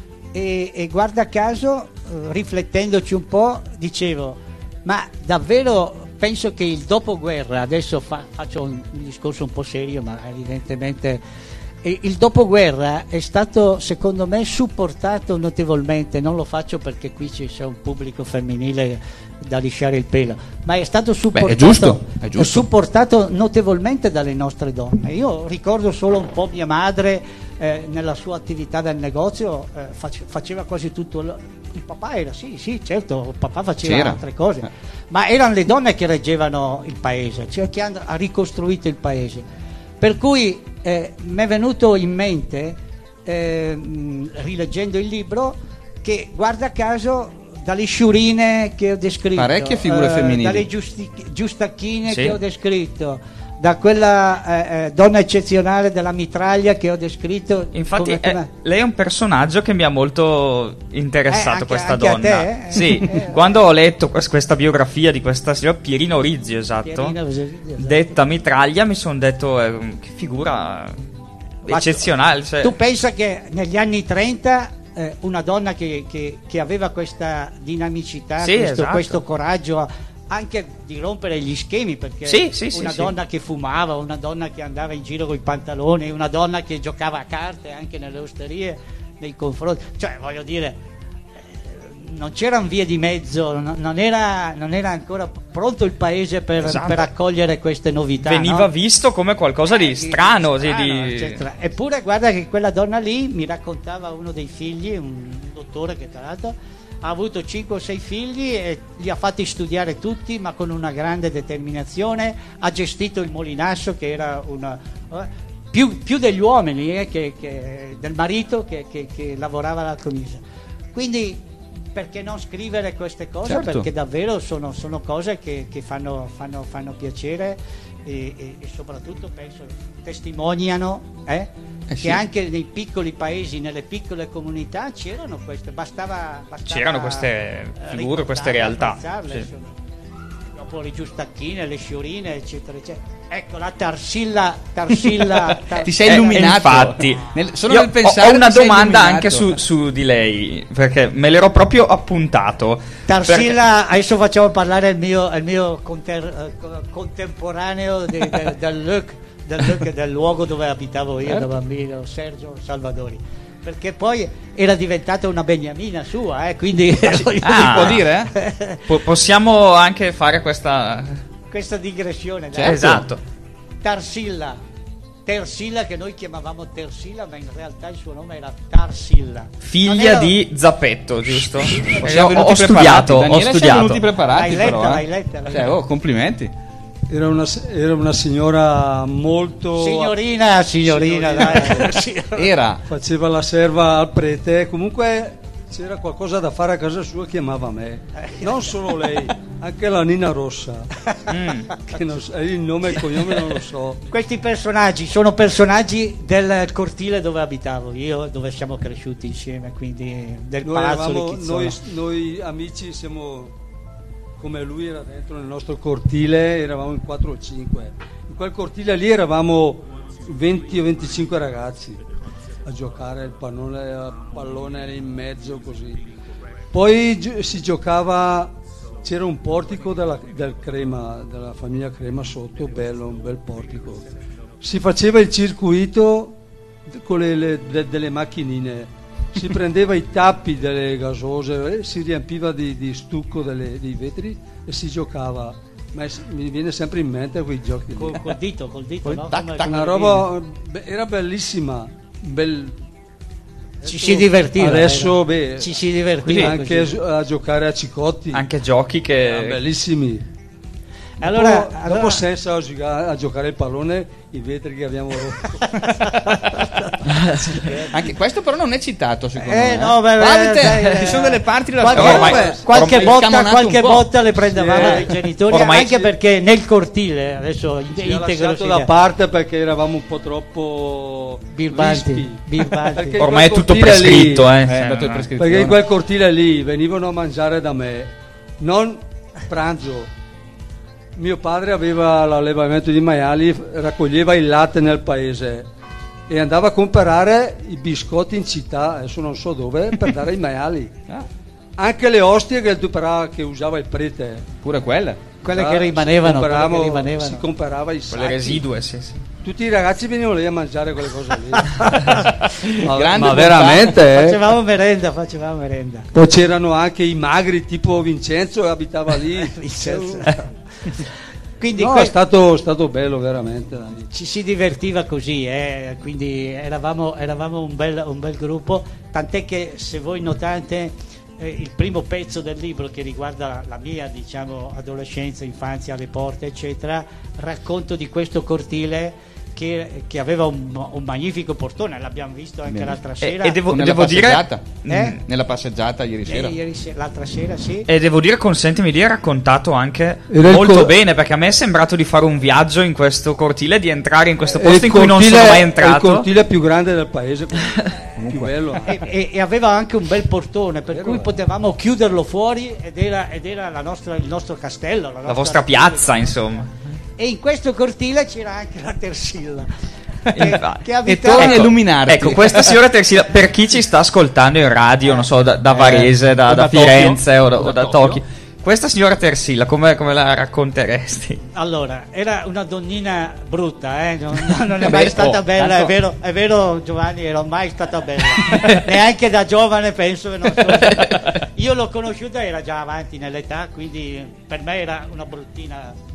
E guarda caso, riflettendoci un po', dicevo, ma davvero penso che il dopoguerra, adesso faccio un discorso un po' serio, ma evidentemente il dopoguerra è stato, secondo me, supportato notevolmente. Non lo faccio perché qui c'è un pubblico femminile da lisciare il pelo, ma è stato supportato, è giusto. supportato notevolmente dalle nostre donne. Io ricordo solo un po' mia madre, nella sua attività del negozio, faceva quasi tutto. Il papà era, sì, certo, il papà faceva altre cose, ma erano le donne che reggevano il paese, cioè che hanno ricostruito il paese. Per cui mi è venuto in mente, rileggendo il libro, che guarda caso dalle sciurine che ho descritto, parecchie figure femminili, dalle giustacchine che ho descritto, da quella donna eccezionale della mitraglia che ho descritto. Infatti lei è un personaggio che mi ha molto interessato, questa donna. A te, Sì, quando ho letto questa biografia di questa signora Pierino Rizio, detta mitraglia, mi sono detto che figura eccezionale. Cioè. Tu pensa che negli anni 30 una donna che aveva questa dinamicità, questo coraggio anche di rompere gli schemi, perché una donna che fumava, una donna che andava in giro con i pantaloni, una donna che giocava a carte anche nelle osterie nei confronti, cioè voglio dire, non c'erano vie di mezzo, non era ancora pronto il paese per accogliere queste novità. Veniva visto come qualcosa di strano, eppure guarda che quella donna lì, mi raccontava uno dei figli, un dottore che tra l'altro ha avuto 5 o 6 figli e li ha fatti studiare tutti, ma con una grande determinazione. Ha gestito il Molinasso, che era più degli uomini che del marito che lavorava alla Comisa. Quindi perché non scrivere queste cose? Certo. Perché davvero sono cose che fanno piacere e soprattutto penso testimoniano che anche nei piccoli paesi, nelle piccole comunità c'erano queste, c'erano queste figure, queste realtà. Dopo le giustacchine, le sciorine, eccetera, eccetera. Ecco la Tarsilla ti sei illuminato. Infatti solo nel pensare ho una domanda anche su di lei, perché me l'ero proprio appuntato. Tarsilla, adesso facciamo parlare il mio contemporaneo del luogo dove abitavo io da bambino, Sergio Salvadori. perché poi era diventata una beniamina sua, quindi si può dire? Possiamo anche fare questa digressione. Certo. Esatto. Tersilla, che noi chiamavamo Tersilla, ma in realtà il suo nome era Tarsilla. Figlia di Zappetto, giusto? Ho studiato. Siamo venuti preparati, l'hai letta. Cioè, complimenti. Era una signora molto... Signorina, dai. Era. Faceva la serva al prete, comunque c'era qualcosa da fare a casa sua, chiamava me. Non solo lei, anche la Nina Rossa. Che non so, il nome e il cognome non lo so. Questi personaggi sono personaggi del cortile dove abitavo io, dove siamo cresciuti insieme, quindi del palazzo di Chizzola. Noi amici siamo... come lui era dentro nel nostro cortile, eravamo in 4 o 5. In quel cortile lì eravamo 20 o 25 ragazzi a giocare il pallone in mezzo così. Poi si giocava, c'era un portico del Crema, della famiglia Crema sotto, bello, un bel portico. Si faceva il circuito con delle macchinine. Si prendeva i tappi delle gasose, si riempiva di stucco dei vetri e si giocava. Ma mi viene sempre in mente quei giochi col dito, no? Una roba era bellissima. Ci si divertiva. Adesso ci si divertiva anche a giocare a cicotti. Anche giochi che bellissimi. Allora, dopo senza a giocare il pallone, i vetri che abbiamo rotto. Anche questo però non è citato, secondo me. No, ci sono delle parti della qualche botta le prendevamo dai genitori, anche perché nel cortile adesso ci ha lasciato da parte perché eravamo un po' troppo birbanti. Ormai è tutto prescritto, perché in quel cortile lì venivano a mangiare da me, non pranzo. Mio padre aveva l'allevamento di maiali, raccoglieva il latte nel paese e andava a comprare i biscotti in città, adesso non so dove, per dare ai maiali. Anche le ostie che usava il prete. Pure quelle che rimanevano. Si comprava i sacchi. Quelle residue, sì. Tutti i ragazzi venivano lì a mangiare quelle cose lì. ma veramente? Facevamo merenda. Poi c'erano anche i magri tipo Vincenzo che abitava lì. Quindi è stato bello veramente. Ci si divertiva così, quindi eravamo un bel gruppo, tant'è che se voi notate il primo pezzo del libro che riguarda la mia, diciamo, adolescenza, infanzia alle porte eccetera, racconto di questo cortile che aveva un magnifico portone, l'abbiamo visto anche l'altra sera. E devo dire nella passeggiata ieri sera. L'altra sera, sì. E devo dire, consentimi di raccontato anche molto bene, perché a me è sembrato di fare un viaggio in questo cortile, di entrare in questo posto in cui non sono mai entrato. È il cortile più grande del paese, più bello. E aveva anche un bel portone, per cui potevamo chiuderlo fuori ed era il nostro castello, la vostra piazza, insomma. E in questo cortile c'era anche la Tersilla che abitava a illuminarti. Ecco, questa signora Tersilla, per chi ci sta ascoltando in radio, non so, da Varese, da Firenze o da Tokyo, questa signora Tersilla come la racconteresti? Allora, era una donnina brutta, non è mai stata bella, è vero Giovanni, era mai stata bella. Neanche da giovane, penso, non so. Io l'ho conosciuta, era già avanti nell'età, quindi per me era una bruttina.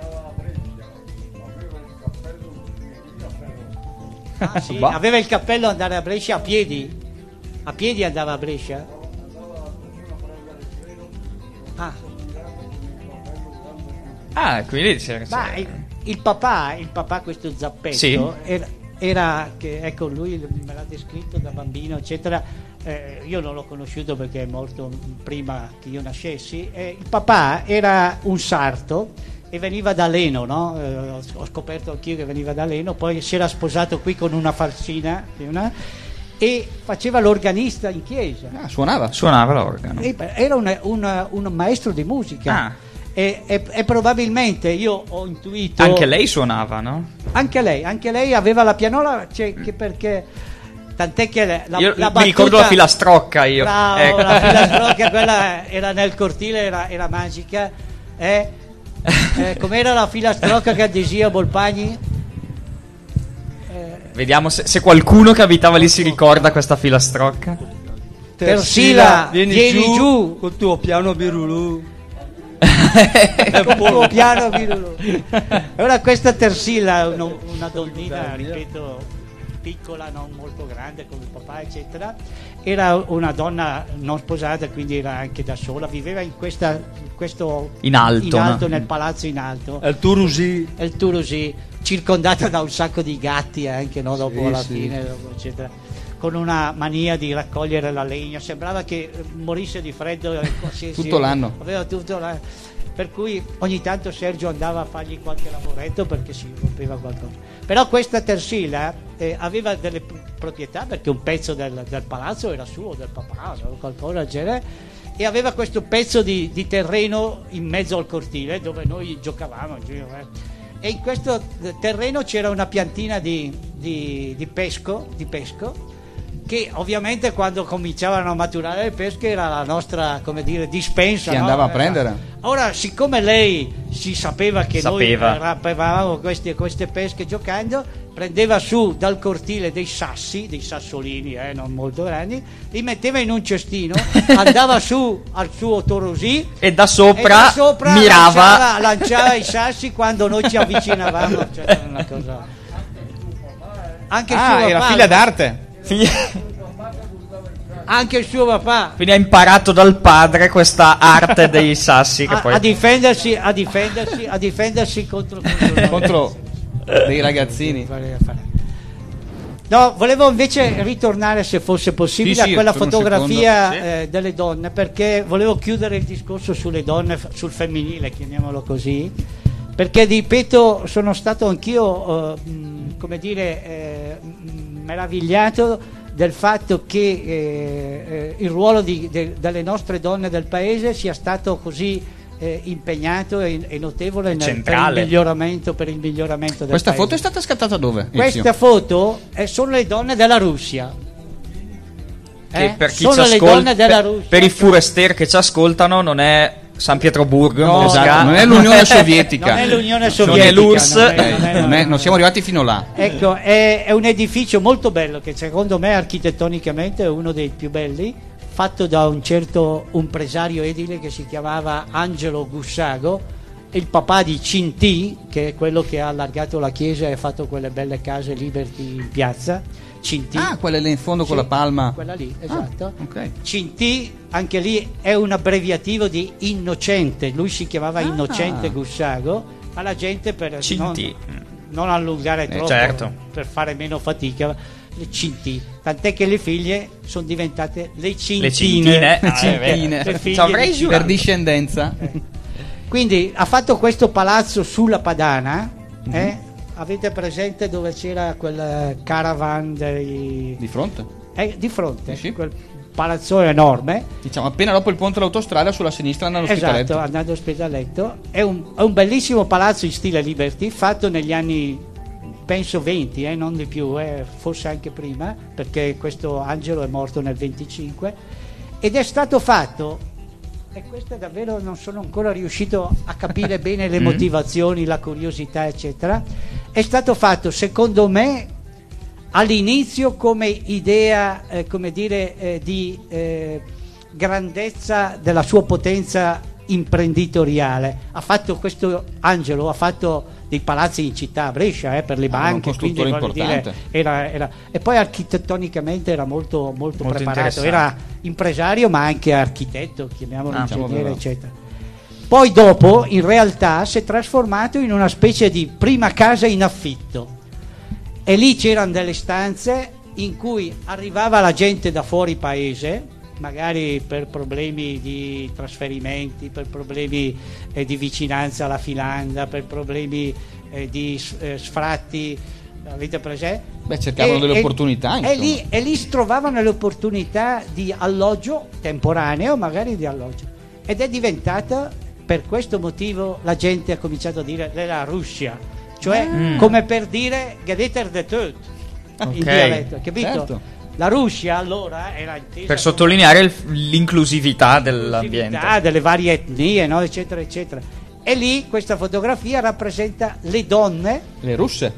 Ah, sì? Aveva il cappello, andare a Brescia a piedi andava a Brescia. Quindi il papà questo Zappetto, sì, era che, ecco, lui me l'ha descritto da bambino eccetera, io non l'ho conosciuto perché è morto prima che io nascessi. Il papà era un sarto e veniva da Leno, no? Ho scoperto anch'io che veniva da Leno, poi si era sposato qui con una falsina e faceva l'organista in chiesa. Suonava l'organo. Era un maestro di musica. E probabilmente io ho intuito. Anche lei suonava, no? Anche lei aveva la pianola, che perché. Tant'è che la battuta, mi ricordo la filastrocca io. Bravo, ecco. La filastrocca, quella era nel cortile, era magica. Com'era la filastrocca che diceva Bolpagni? Vediamo se qualcuno che abitava lì si ricorda questa filastrocca. Tersila, vieni giù col tuo piano birulù. Col piano birulù. Ora questa Tersila, una donnina, ripeto, piccola, non molto grande come il papà, eccetera, era una donna non sposata, quindi era anche da sola, viveva in questo in alto nel palazzo in alto, È il Turusi. circondata da un sacco di gatti anche, no, dopo alla fine, eccetera, con una mania di raccogliere la legna, sembrava che morisse di freddo tutto l'anno. Aveva tutto per cui ogni tanto Sergio andava a fargli qualche lavoretto perché si rompeva qualcosa. Però questa Tersila aveva delle proprietà, perché un pezzo del palazzo era suo, del papà, qualcosa del genere, e aveva questo pezzo di terreno in mezzo al cortile dove noi giocavamo. E in questo terreno c'era una piantina di pesco, che ovviamente quando cominciavano a maturare le pesche era la nostra, come dire, dispensa. Si andava a prendere. Ora, siccome lei si sapeva che noi rapevamo queste pesche giocando, prendeva su dal cortile dei sassolini non molto grandi, li metteva in un cestino, andava su al suo Torosì e da sopra mirava, lanciava i sassi quando noi ci avvicinavamo. Cioè, una cosa. Anche il suo era papà, figlia d'arte. Anche il suo papà. Quindi ha imparato dal padre questa arte dei sassi che poi... a difendersi contro dei ragazzini. No, volevo invece ritornare, se fosse possibile, a quella fotografia delle donne, perché volevo chiudere il discorso sulle donne, sul femminile, chiamiamolo così, perché ripeto, sono stato anch'io meravigliato del fatto che il ruolo delle nostre donne del paese sia stato così impegnato e notevole per il miglioramento del Questa paese. foto è stata scattata dove? Questa foto sono le donne della Russia. Che per chi sono ci le ascolta, donne della Russia. per i forestieri che ci ascoltano, non è San Pietroburgo, Mosca, non è l'Unione Sovietica, non è l'Unione Sovietica, non è l'URSS, non siamo arrivati fino là. Ecco, è un edificio molto bello che secondo me architettonicamente è uno dei più belli, fatto da un certo impresario edile che si chiamava Angelo Gussago, il papà di Cinti, che è quello che ha allargato la chiesa e ha fatto quelle belle case Liberty in piazza. Cinti. Quella lì in fondo con la palma. Quella lì, esatto. Okay. Cinti, anche lì è un abbreviativo di innocente, lui si chiamava Innocente Gussago, ma la gente per non allungare troppo, certo, per fare meno fatica, le Cinti, tant'è che le figlie sono diventate le Cintine. Le figlie per discendenza. Quindi ha fatto questo palazzo sulla Padana, avete presente dove c'era quel caravan di fronte? Di fronte, sì. Quel palazzone enorme. Diciamo appena dopo il ponte dell'autostrada, sulla sinistra andando all'Ospitaletto. Esatto, andando all'Ospitaletto. È un bellissimo palazzo in stile Liberty, fatto negli anni, penso 20, non di più, forse anche prima, perché questo Angelo è morto nel 25, ed è stato fatto, e questo davvero non sono ancora riuscito a capire bene le motivazioni, la curiosità, eccetera. È stato fatto, secondo me, all'inizio come idea, di grandezza della sua potenza imprenditoriale. Ha fatto questo Angelo, ha fatto dei palazzi in città, a Brescia, per le banche, quindi importante. Era, e poi architettonicamente era molto preparato, era impresario ma anche architetto, chiamiamolo ingegnere, eccetera. Poi dopo in realtà si è trasformato in una specie di prima casa in affitto, e lì c'erano delle stanze in cui arrivava la gente da fuori paese, magari per problemi di trasferimenti, per problemi di vicinanza alla Finlandia, per problemi di sfratti, avete presente? Cercavano delle opportunità, e lì si trovavano le opportunità di alloggio temporaneo, magari di alloggio, ed è diventata, per questo motivo la gente ha cominciato a dire la Russia, cioè come per dire Gedeter de Töt in dialetto, capito? Certo. La Russia allora era intesa per sottolineare l'inclusività dell'ambiente, delle varie etnie, no? Eccetera eccetera. E lì questa fotografia rappresenta le donne, le russe,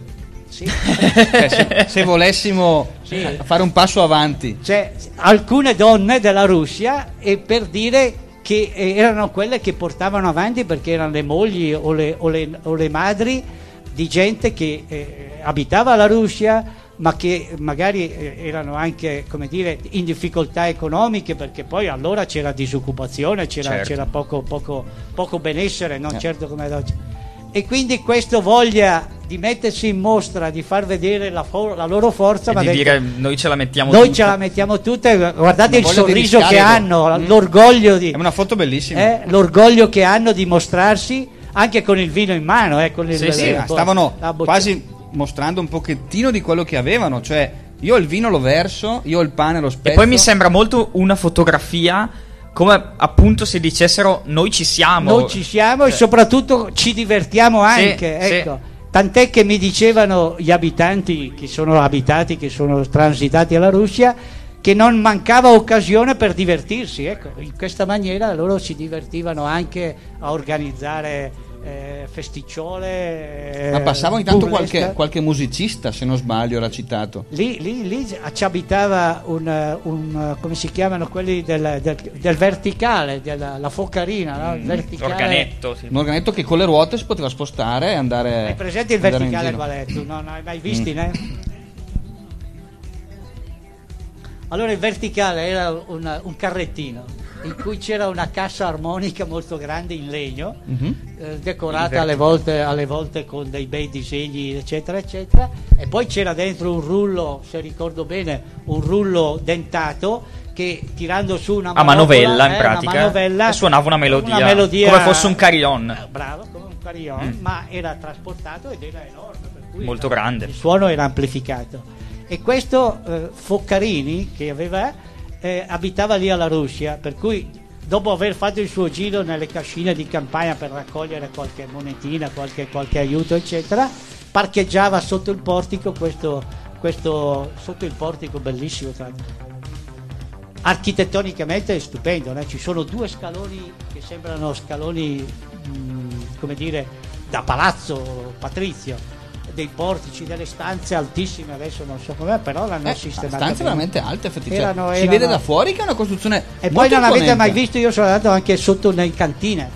Sì. Se volessimo fare un passo avanti, Cioè, alcune donne della Russia, e per dire che erano quelle che portavano avanti, perché erano le mogli o le madri di gente che abitava la Russia, ma che magari erano anche, come dire, in difficoltà economiche, perché poi allora c'era disoccupazione, c'era poco benessere, non certo come ad oggi. E quindi questo voglia di mettersi in mostra, di far vedere la loro forza, E ma di dire noi ce la mettiamo noi tutta. ce la mettiamo tutta, e guardate il Una voglia di sorriso che riscarico. hanno, l'orgoglio di è una foto bellissima. l'orgoglio che hanno di mostrarsi anche con il vino in mano, con il, Sì, stavano quasi mostrando un pochettino di quello che avevano, cioè io il vino lo verso, io il pane lo spezzo. E poi mi sembra molto una fotografia come appunto se dicessero noi ci siamo. e soprattutto ci divertiamo anche, Sì, ecco. Tant'è che mi dicevano gli abitanti che sono transitati alla Russia, che non mancava occasione per divertirsi, ecco. In questa maniera loro si divertivano anche a organizzare festicciole. Ma passava ogni tanto burlesque. qualche musicista, se non sbaglio, era citato. Lì ci abitava un come si chiamano quelli del verticale, la focarina, no? Il verticale. Organetto, sì. Un organetto che con le ruote si poteva spostare e andare. Hai presente il andare in verticale giro. qual è? Tu non hai mai visti, né? Allora il verticale era un carrettino in cui c'era una cassa armonica molto grande in legno, decorata alle volte con dei bei disegni, eccetera eccetera, e poi c'era dentro un rullo, se ricordo bene, un rullo dentato che tirando su una A manovella in una pratica manovella, e suonava una melodia come fosse un carillon. Bravo, come un carillon, ma era trasportato ed era enorme, per cui Molto grande. il suono era amplificato. E questo Foccarini, che abitava lì alla Russia, per cui dopo aver fatto il suo giro nelle cascine di campagna per raccogliere qualche monetina, qualche aiuto eccetera, parcheggiava sotto il portico, questo sotto il portico bellissimo, tra l'altro. Architettonicamente è stupendo, né? Ci sono due scaloni che sembrano scaloni come dire da palazzo patrizio, dei portici, delle stanze altissime, adesso non so com'è, però l'hanno sistemata stanze bene. veramente alte, effettivamente. Erano- Si vede da fuori che è una costruzione E molto poi non avete imponente. mai visto, io sono andato anche sotto nei cantine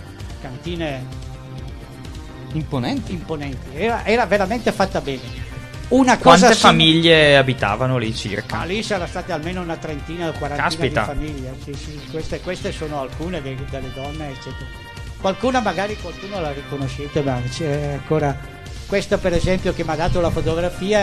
Imponenti. imponenti, era veramente fatta bene. Una cosa Quante famiglie abitavano lì circa? Ma lì sarà state almeno una trentina o quarantina Caspita. di famiglie. Sì, queste sono alcune delle donne, eccetera. Qualcuno la riconoscete, ma c'è ancora. Questa per esempio che mi ha dato la fotografia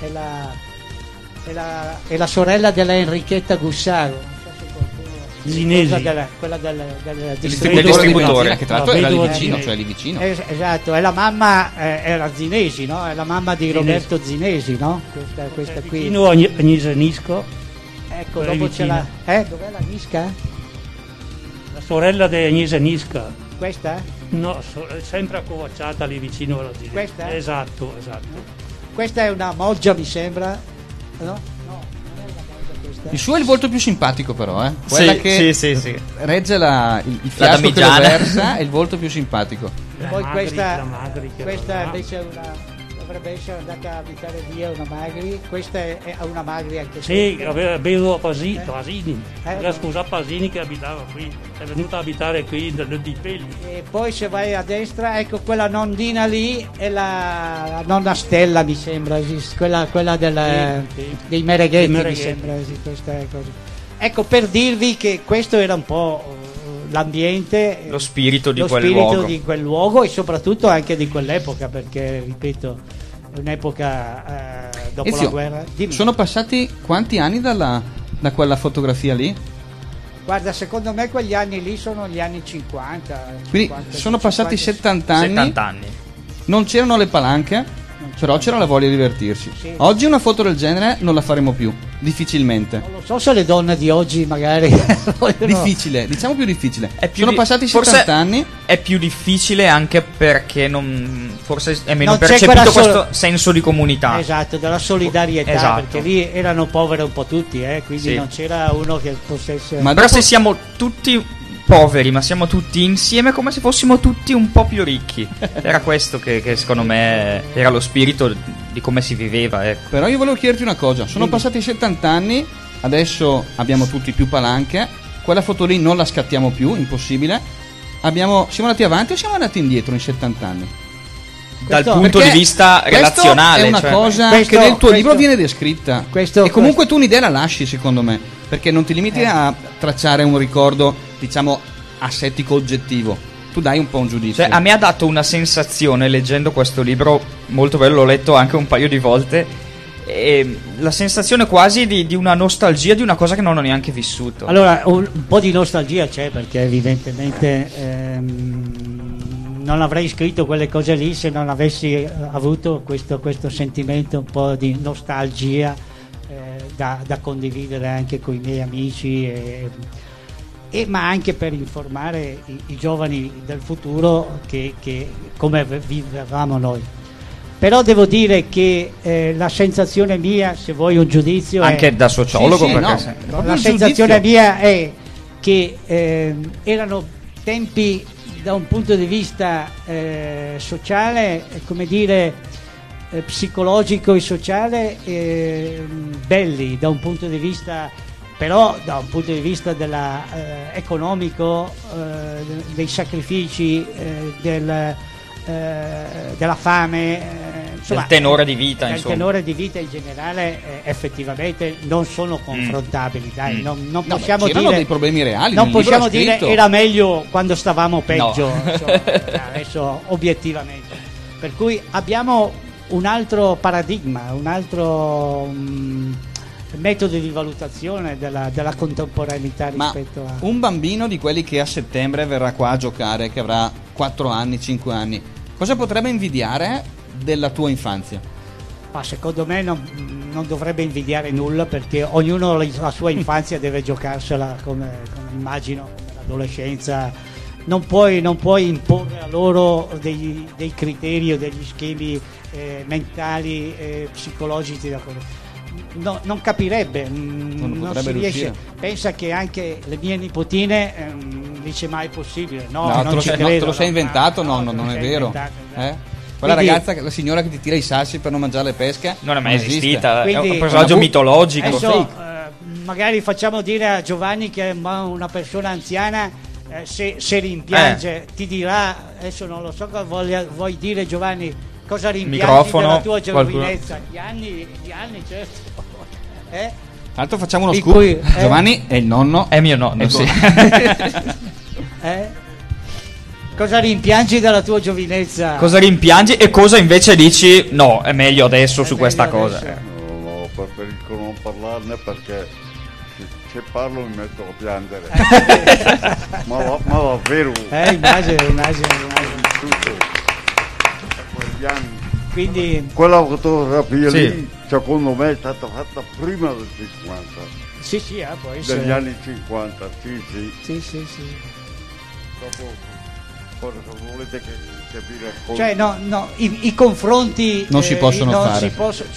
è la sorella della Enrichetta Gussaro. Non so se qualcuno Zinesi. quella del Il distributore. distributore. che tra l'altro La era lì vedova vicino, di- cioè lì vicino. Esatto, è la mamma, era Zinesi, no? È la mamma di Zinesi. Roberto Zinesi, no? Questa qui. Vicino a Nisenisco, Ecco, quella dopo c'è la. vicina. Dov'è la Nisca? la sorella di Nisenisca. Questa? No, sempre accovacciata lì vicino alla Zinesi. Questa? Esatto. Questa è una moggia, mi sembra. No? No, non è una moggia questa. Il suo è il volto più simpatico, però, eh. Quella che sì. regge il fiasco che lo damigiana. versa è il volto più simpatico. Poi la questa Magri che questa era là. invece è dovrebbe essere andata a abitare via una Magri. Questa è una Magri anche Sì, se. aveva bevuto Pasini. Aveva no. sposato Pasini che abitava qui. È venuta a abitare qui di Peli. E poi se vai a destra, ecco quella nonnina lì è la nonna Stella, mi sembra, quella Sì. dei Mereghetti, Dei Mereghetti. mi sembra, sì, questa è così. Ecco, per dirvi che questo era un po' l'ambiente, Lo spirito di lo quel spirito luogo. di quel luogo e soprattutto anche di quell'epoca, perché ripeto, è un'epoca dopo Ezio, la guerra. Dimmi. sono passati quanti anni da quella fotografia lì? Guarda, secondo me quegli anni lì sono gli anni 50. Quindi 50, sono passati 70 anni, 70 anni. non c'erano le palanche, però c'era la voglia di divertirsi. Sì. Oggi una foto del genere non la faremo più, difficilmente. Non lo so se le donne di oggi magari vogliono. Difficile, diciamo più difficile. È più Sono di- passati forse 70 anni. È più difficile anche perché forse è meno Non c'è percepito quella questo senso di comunità. Esatto, della solidarietà, Esatto. perché lì erano povere un po' tutti, quindi Sì. non c'era uno che potesse. Ma Però dopo- se siamo tutti poveri, ma siamo tutti insieme come se fossimo tutti un po' più ricchi. Era questo che secondo me era lo spirito di come si viveva, ecco. Però io volevo chiederti una cosa, sono passati 70 anni, adesso abbiamo tutti più palanche, quella foto lì non la scattiamo più, impossibile. Siamo andati avanti o siamo andati indietro in 70 anni? Dal punto di vista relazionale, è una cosa che nel tuo libro viene descritta, e comunque tu un'idea la lasci, secondo me, perché non ti limiti a tracciare un ricordo, diciamo, asettico oggettivo, tu dai un po' un giudizio. Cioè, a me ha dato una sensazione, leggendo questo libro molto bello, l'ho letto anche un paio di volte, e la sensazione quasi di una nostalgia di una cosa che non ho neanche vissuto. Allora, un po' di nostalgia c'è, perché evidentemente non avrei scritto quelle cose lì se non avessi avuto questo sentimento un po' di nostalgia da condividere anche con i miei amici, ma anche per informare i giovani del futuro che come vivevamo noi. Però devo dire che la sensazione mia, se vuoi un giudizio, anche da sociologo, la sensazione mia è che erano tempi da un punto di vista sociale, come dire, psicologico e sociale, belli da un punto di vista, però da un punto di vista economico, dei sacrifici, della fame, insomma, del tenore di vita, il tenore di vita in generale, effettivamente non sono confrontabili, dai, non possiamo dire dei problemi reali, non possiamo dire era meglio quando stavamo peggio, no. Insomma, adesso obiettivamente, per cui abbiamo un altro paradigma, un altro metodo di valutazione della contemporaneità rispetto a un bambino di quelli che a settembre verrà qua a giocare, che avrà 4 anni, 5 anni, cosa potrebbe invidiare della tua infanzia? Ma secondo me non dovrebbe invidiare nulla, perché ognuno la sua infanzia deve giocarsela come immagino l'adolescenza. Non puoi imporre a loro dei criteri o degli schemi mentali, psicologici da quello. No, non capirebbe, non si riesce. Riuscire. Pensa che anche le mie nipotine dice mai possibile, no, te lo sei inventato, no, non è vero. Quella ragazza, la signora che ti tira i sassi per non mangiare le pesche, non è mai esistita, quindi, è un personaggio mitologico. Adesso, magari facciamo dire a Giovanni, che è una persona anziana, se rimpiange ti dirà, adesso non lo so cosa vuoi dire, Giovanni, cosa rimpiangi della tua giovinezza? Gli anni, certo. Tra l'altro facciamo uno scoop, Giovanni è il nonno, è mio nonno, sì. Cosa rimpiangi della tua giovinezza? Cosa rimpiangi e cosa invece dici no, è meglio adesso su questa cosa? No, preferisco non parlarne, perché se parlo mi metto a piangere. ma davvero. Immagino. Quegli anni. Quindi quella fotografia lì, secondo me, è stata fatta prima del 50. Sì, può essere. Degli anni 50, sì. Dopo, cosa volete che capire? Cioè, no, i confronti non si possono fare.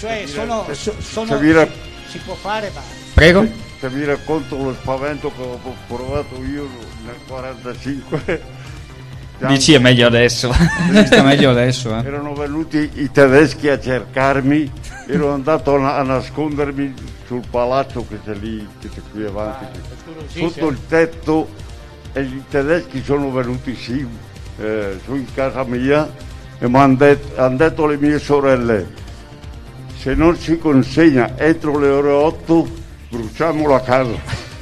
Si può fare, ma prego. Se vi racconto lo spavento che ho provato io nel 45. Dici è meglio adesso. Erano venuti i tedeschi a cercarmi, ero andato a nascondermi sul palazzo che c'è lì, che c'è qui avanti, sotto il tetto, e i tedeschi sono venuti su in casa mia e mi hanno detto alle mie sorelle: se non si consegna entro le ore 8 bruciamo la casa.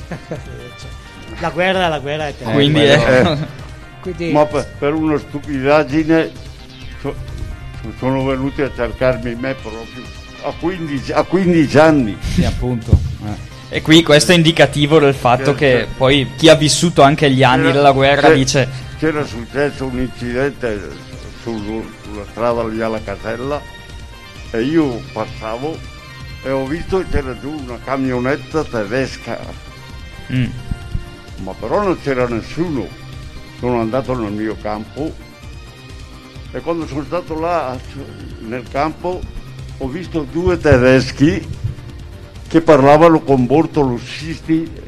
La guerra è quindi Quindi... Ma per una stupidaggine sono venuti a cercarmi me proprio a 15 anni. Sì, appunto. E qui questo è indicativo del fatto che poi chi ha vissuto anche gli anni della guerra dice: c'era successo un incidente sulla strada lì alla Casella e io passavo e ho visto che c'era giù una camionetta tedesca, ma però non c'era nessuno. Sono andato nel mio campo e quando sono stato là nel campo ho visto 2 tedeschi che parlavano con bortolussisti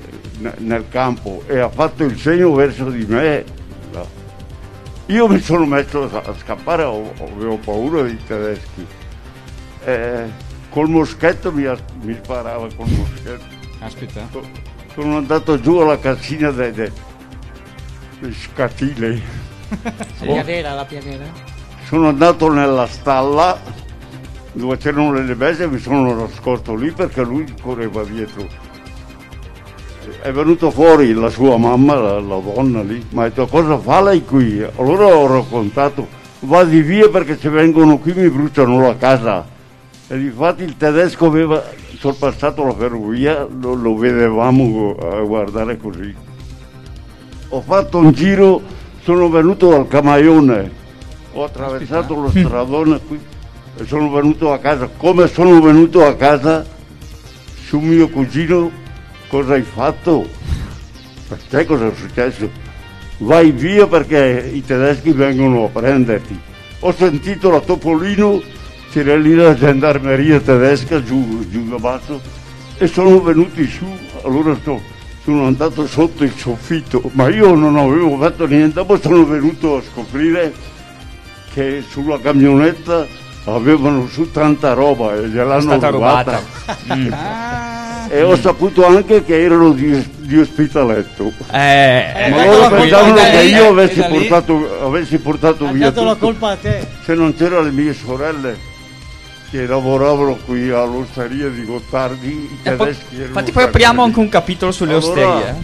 nel campo e ha fatto il segno verso di me. Io mi sono messo a scappare, avevo paura dei tedeschi. Col moschetto mi sparava col moschetto. Aspetta. Sono andato giù alla cassina dei scatili. La pianera? Sono andato nella stalla dove c'erano le bestie e mi sono nascosto lì perché lui correva dietro. È venuto fuori la sua mamma, la donna lì, mi ha detto cosa fa lei qui? Allora ho raccontato, vadi via perché se vengono qui mi bruciano la casa. E infatti il tedesco aveva sorpassato la ferrovia, lo vedevamo a guardare così. Ho fatto un giro, sono venuto dal Camaione, ho attraversato lo stradone qui e sono venuto a casa. Come sono venuto a casa, su mio cugino, cosa hai fatto? Sai cosa è successo? Vai via perché i tedeschi vengono a prenderti. Ho sentito la Topolino, c'era lì la gendarmeria tedesca giù da basso e sono venuti su, allora sono andato sotto il soffitto, ma io non avevo fatto niente. Dopo sono venuto a scoprire che sulla camionetta avevano su tanta roba e gliel'hanno rubata. E ho saputo anche che erano di Ospitaletto. Ma loro pensavano che io avessi portato via dato la tutto. colpa a te. Se non c'erano le mie sorelle che lavoravano qui all'osteria di Gottardi, i tedeschi. Infatti poi apriamo anche un capitolo sulle osterie.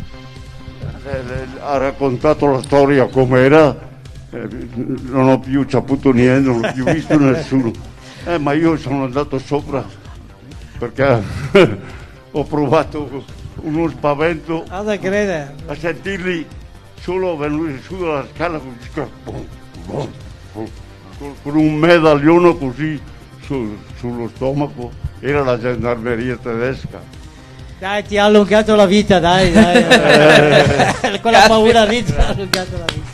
Ha raccontato la storia com'era, non ho più saputo niente, non ho più visto nessuno. Ma io sono andato sopra perché ho provato uno spavento a sentirli solo venuti su dalla scala con un medaglione così sullo stomaco. Era la gendarmeria tedesca. Dai, ti ha allungato la vita, dai. Con la paura lì ti ha allungato la vita.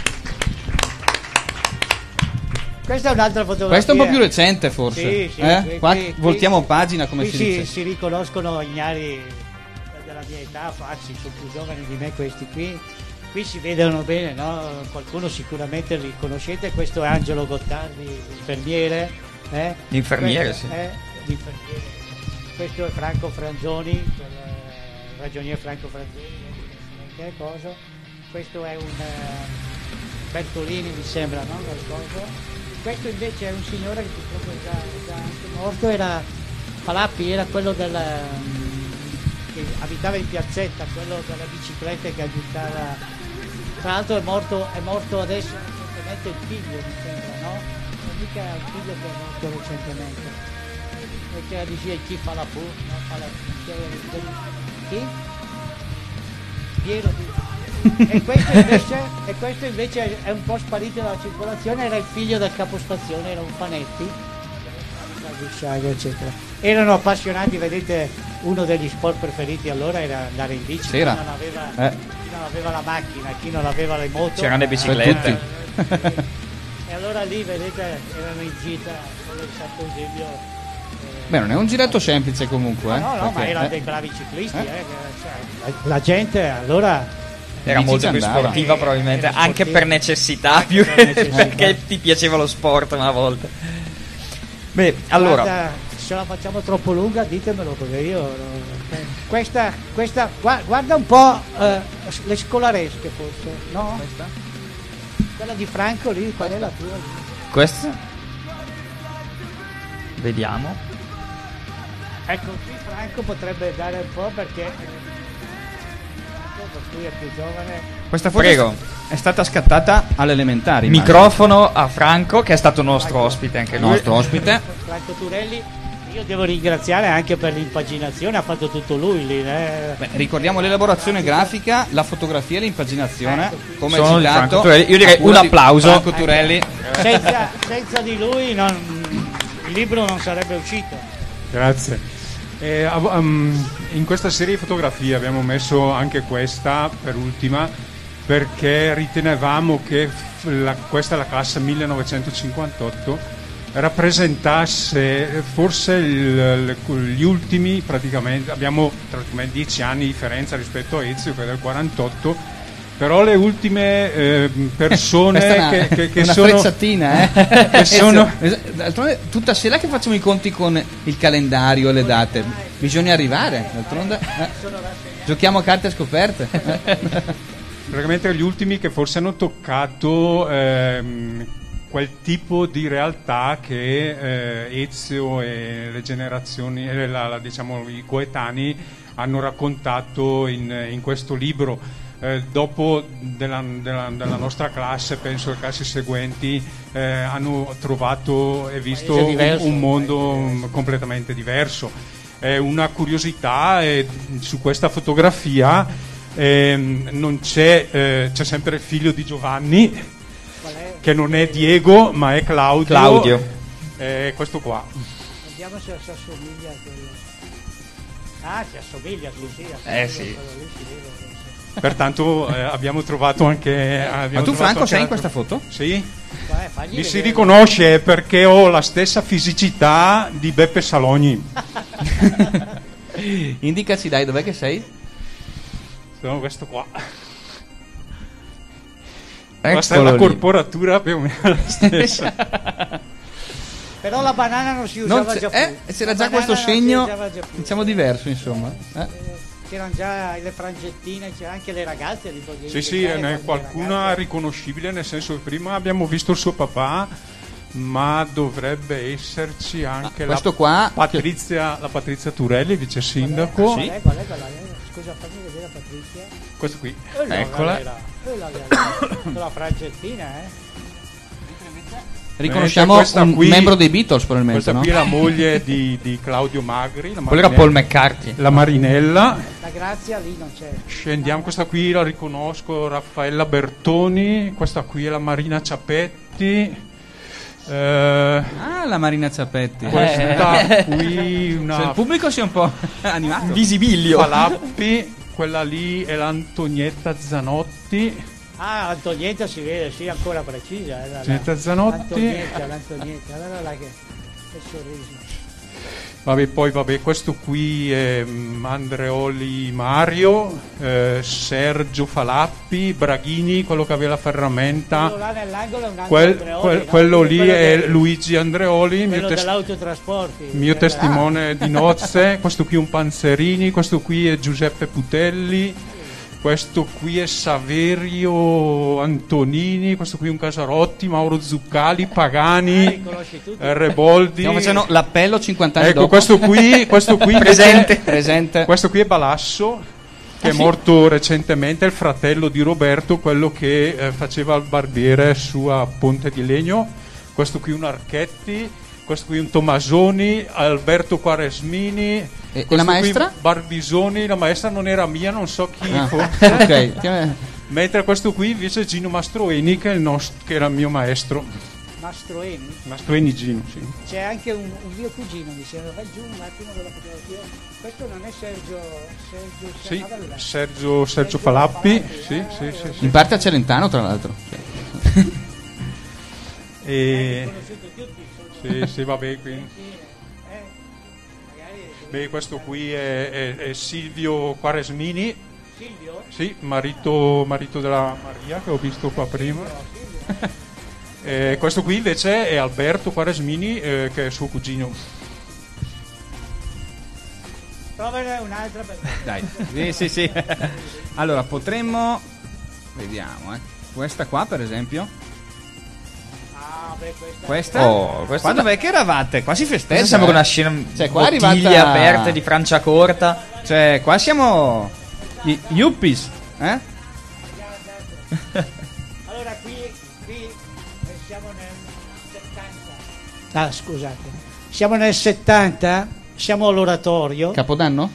Questa è un'altra fotografia. Questa è un po' più recente forse. Sì, Qua voltiamo pagina, come si dice. Si riconoscono ignari della mia età, facili, sono più giovani di me questi qui. Qui si vedono bene, no? Qualcuno sicuramente li conoscete. Questo è Angelo Gottardi, infermiere. L'infermiere, sì. L'infermiere. Questo è Franco Franzoni, il ragionier Franco Franzoni. Che cosa? Questo è un Bertolini, mi sembra, no? Qualcosa. Questo invece è un signore che purtroppo è già anche morto, era Palappi, era quello che abitava in piazzetta, quello delle biciclette che aiutava. Tra l'altro è morto adesso recentemente il figlio, mi sembra, no? Non mica il figlio che è morto recentemente. Perché dice chi fa la pur, no? Chi? Piero di... E questo invece è un po' sparito dalla circolazione, era il figlio del capostazione, era un Fanetti, eccetera. Erano appassionati, vedete, uno degli sport preferiti allora era andare in bici. Chi non aveva la macchina, chi non aveva le moto, c'erano le biciclette. E allora lì, vedete, erano in gita con il Sant'Eusebio. Beh, non è un giretto semplice comunque. No, ma erano dei bravi ciclisti. Cioè, la gente allora... Era molto più sportiva probabilmente, anche per necessità più che perché ti piaceva lo sport una volta. Beh, allora... Guarda, se la facciamo troppo lunga ditemelo perché io... Questa guarda un po' le scolaresche forse, no? Questa? Quella di Franco lì, qual è la tua? Questa? Vediamo. Ecco, qui Franco potrebbe dare un po' perché... Lui è più giovane. Questa foto è stata scattata all'elementare. Microfono a Franco, che è stato nostro ospite anche lui. Franco Turelli, io devo ringraziare anche per l'impaginazione, ha fatto tutto lui lì. Beh, ricordiamo l'elaborazione grafica, la fotografia e l'impaginazione. Come sono citato, io direi un applauso. Franco Turelli. Senza di lui il libro non sarebbe uscito. Grazie. In questa serie di fotografie abbiamo messo anche questa per ultima perché ritenevamo che questa è la classe 1958, rappresentasse forse gli ultimi, praticamente abbiamo praticamente 10 anni di differenza rispetto a Ezio che è del 48, però le ultime persone che una sono frecciatina, che sono d'altronde tutta sera che facciamo i conti con il calendario e le date, bisogna arrivare, d'altronde giochiamo a carte scoperte. praticamente gli ultimi che forse hanno toccato quel tipo di realtà che Ezio e le generazioni, diciamo i coetanei hanno raccontato in questo libro. Dopo della nostra classe, penso le classi seguenti hanno trovato e visto un mondo completamente diverso. Una curiosità su questa fotografia non c'è sempre il figlio di Giovanni, che non è Diego ma è Claudio. Questo qua. Vediamo se si assomiglia a quello. Si assomiglia, sì. Pertanto abbiamo trovato anche. Ma tu, Franco, sei in questa foto? Sì. Mi si riconosce perché ho la stessa fisicità di Beppe Salogni. Indicaci, dai, dov'è che sei? Sono questo qua. Eccolo la lì. corporatura più o meno la stessa. Però la banana non si usava già più. C'era già questo segno, diciamo diverso, insomma. C'erano già le frangettine, c'era anche le ragazze. Sì, ne è qualcuna riconoscibile, nel senso che prima abbiamo visto il suo papà, ma dovrebbe esserci anche la Patrizia Turelli, vice sindaco. Qual è? Scusa, fammi vedere la Patrizia. Questo qui. Eccola. La frangettina, Riconosciamo un membro dei Beatles, probabilmente. Questa qui è la moglie di Claudio Magri. Quello era Paul McCartney. La Marinella. La Grazia lì non c'è. Scendiamo, questa qui la riconosco, Raffaella Bertoni. Questa qui è la Marina Ciapetti. La Marina Ciapetti. Questa qui una... Se il pubblico si è un po' animato. Visibilio. Falappi. Quella lì è l'Antonietta Zanotti. Antonietta si vede, sì, ancora precisa. Antonietta Zanotti. L'Antonietta, allora che sorriso. Vabbè, questo qui è Andreoli Mario, Sergio Falappi, Braghini, quello che aveva la ferramenta. Quello là nell'angolo è un altro Andreoli, quello lì è Luigi Andreoli, quello dell'autotrasporti. Mio testimone di nozze. Questo qui è un Panzerini, questo qui è Giuseppe Putelli. Questo qui è Saverio Antonini, questo qui è un Casarotti, Mauro Zuccali, Pagani, Reboldi. Stiamo facendo l'appello 50 anni dopo. Questo qui presente. Questo qui è Balasso, che è morto recentemente, è il fratello di Roberto, quello che faceva il barbiere su a Ponte di Legno. Questo qui è un Archetti, questo qui è un Tomasoni, Alberto Quaresmini. E la maestra? Barbisoni, la maestra non era mia, non so chi fosse. Ok. Mentre questo qui invece è Gino Mastroeni, che era il mio maestro. Mastroeni Gino, sì. C'è anche un mio cugino, mi sembra. Vai giù un attimo con la fotografia. Questo non è Sergio Falappi, sì. In parte a Celentano, tra l'altro. Sì, vabbè, quindi. Questo qui è Silvio Quaresmini. Silvio? Sì, marito della Maria, che ho visto qua prima. Questo qui invece è Alberto Quaresmini, che è suo cugino. Provane un'altra per... Dai, sì. Allora, potremmo... Vediamo, questa qua, per esempio. Questa? Questa dov'è che eravate? Qua si festeggia. Questa sembra una scena, qua bottiglie aperte di Franciacorta. Cioè, qua siamo gli yuppies, Allora, qui siamo nel 70. Scusate. Siamo nel 70, siamo all'oratorio. Capodanno,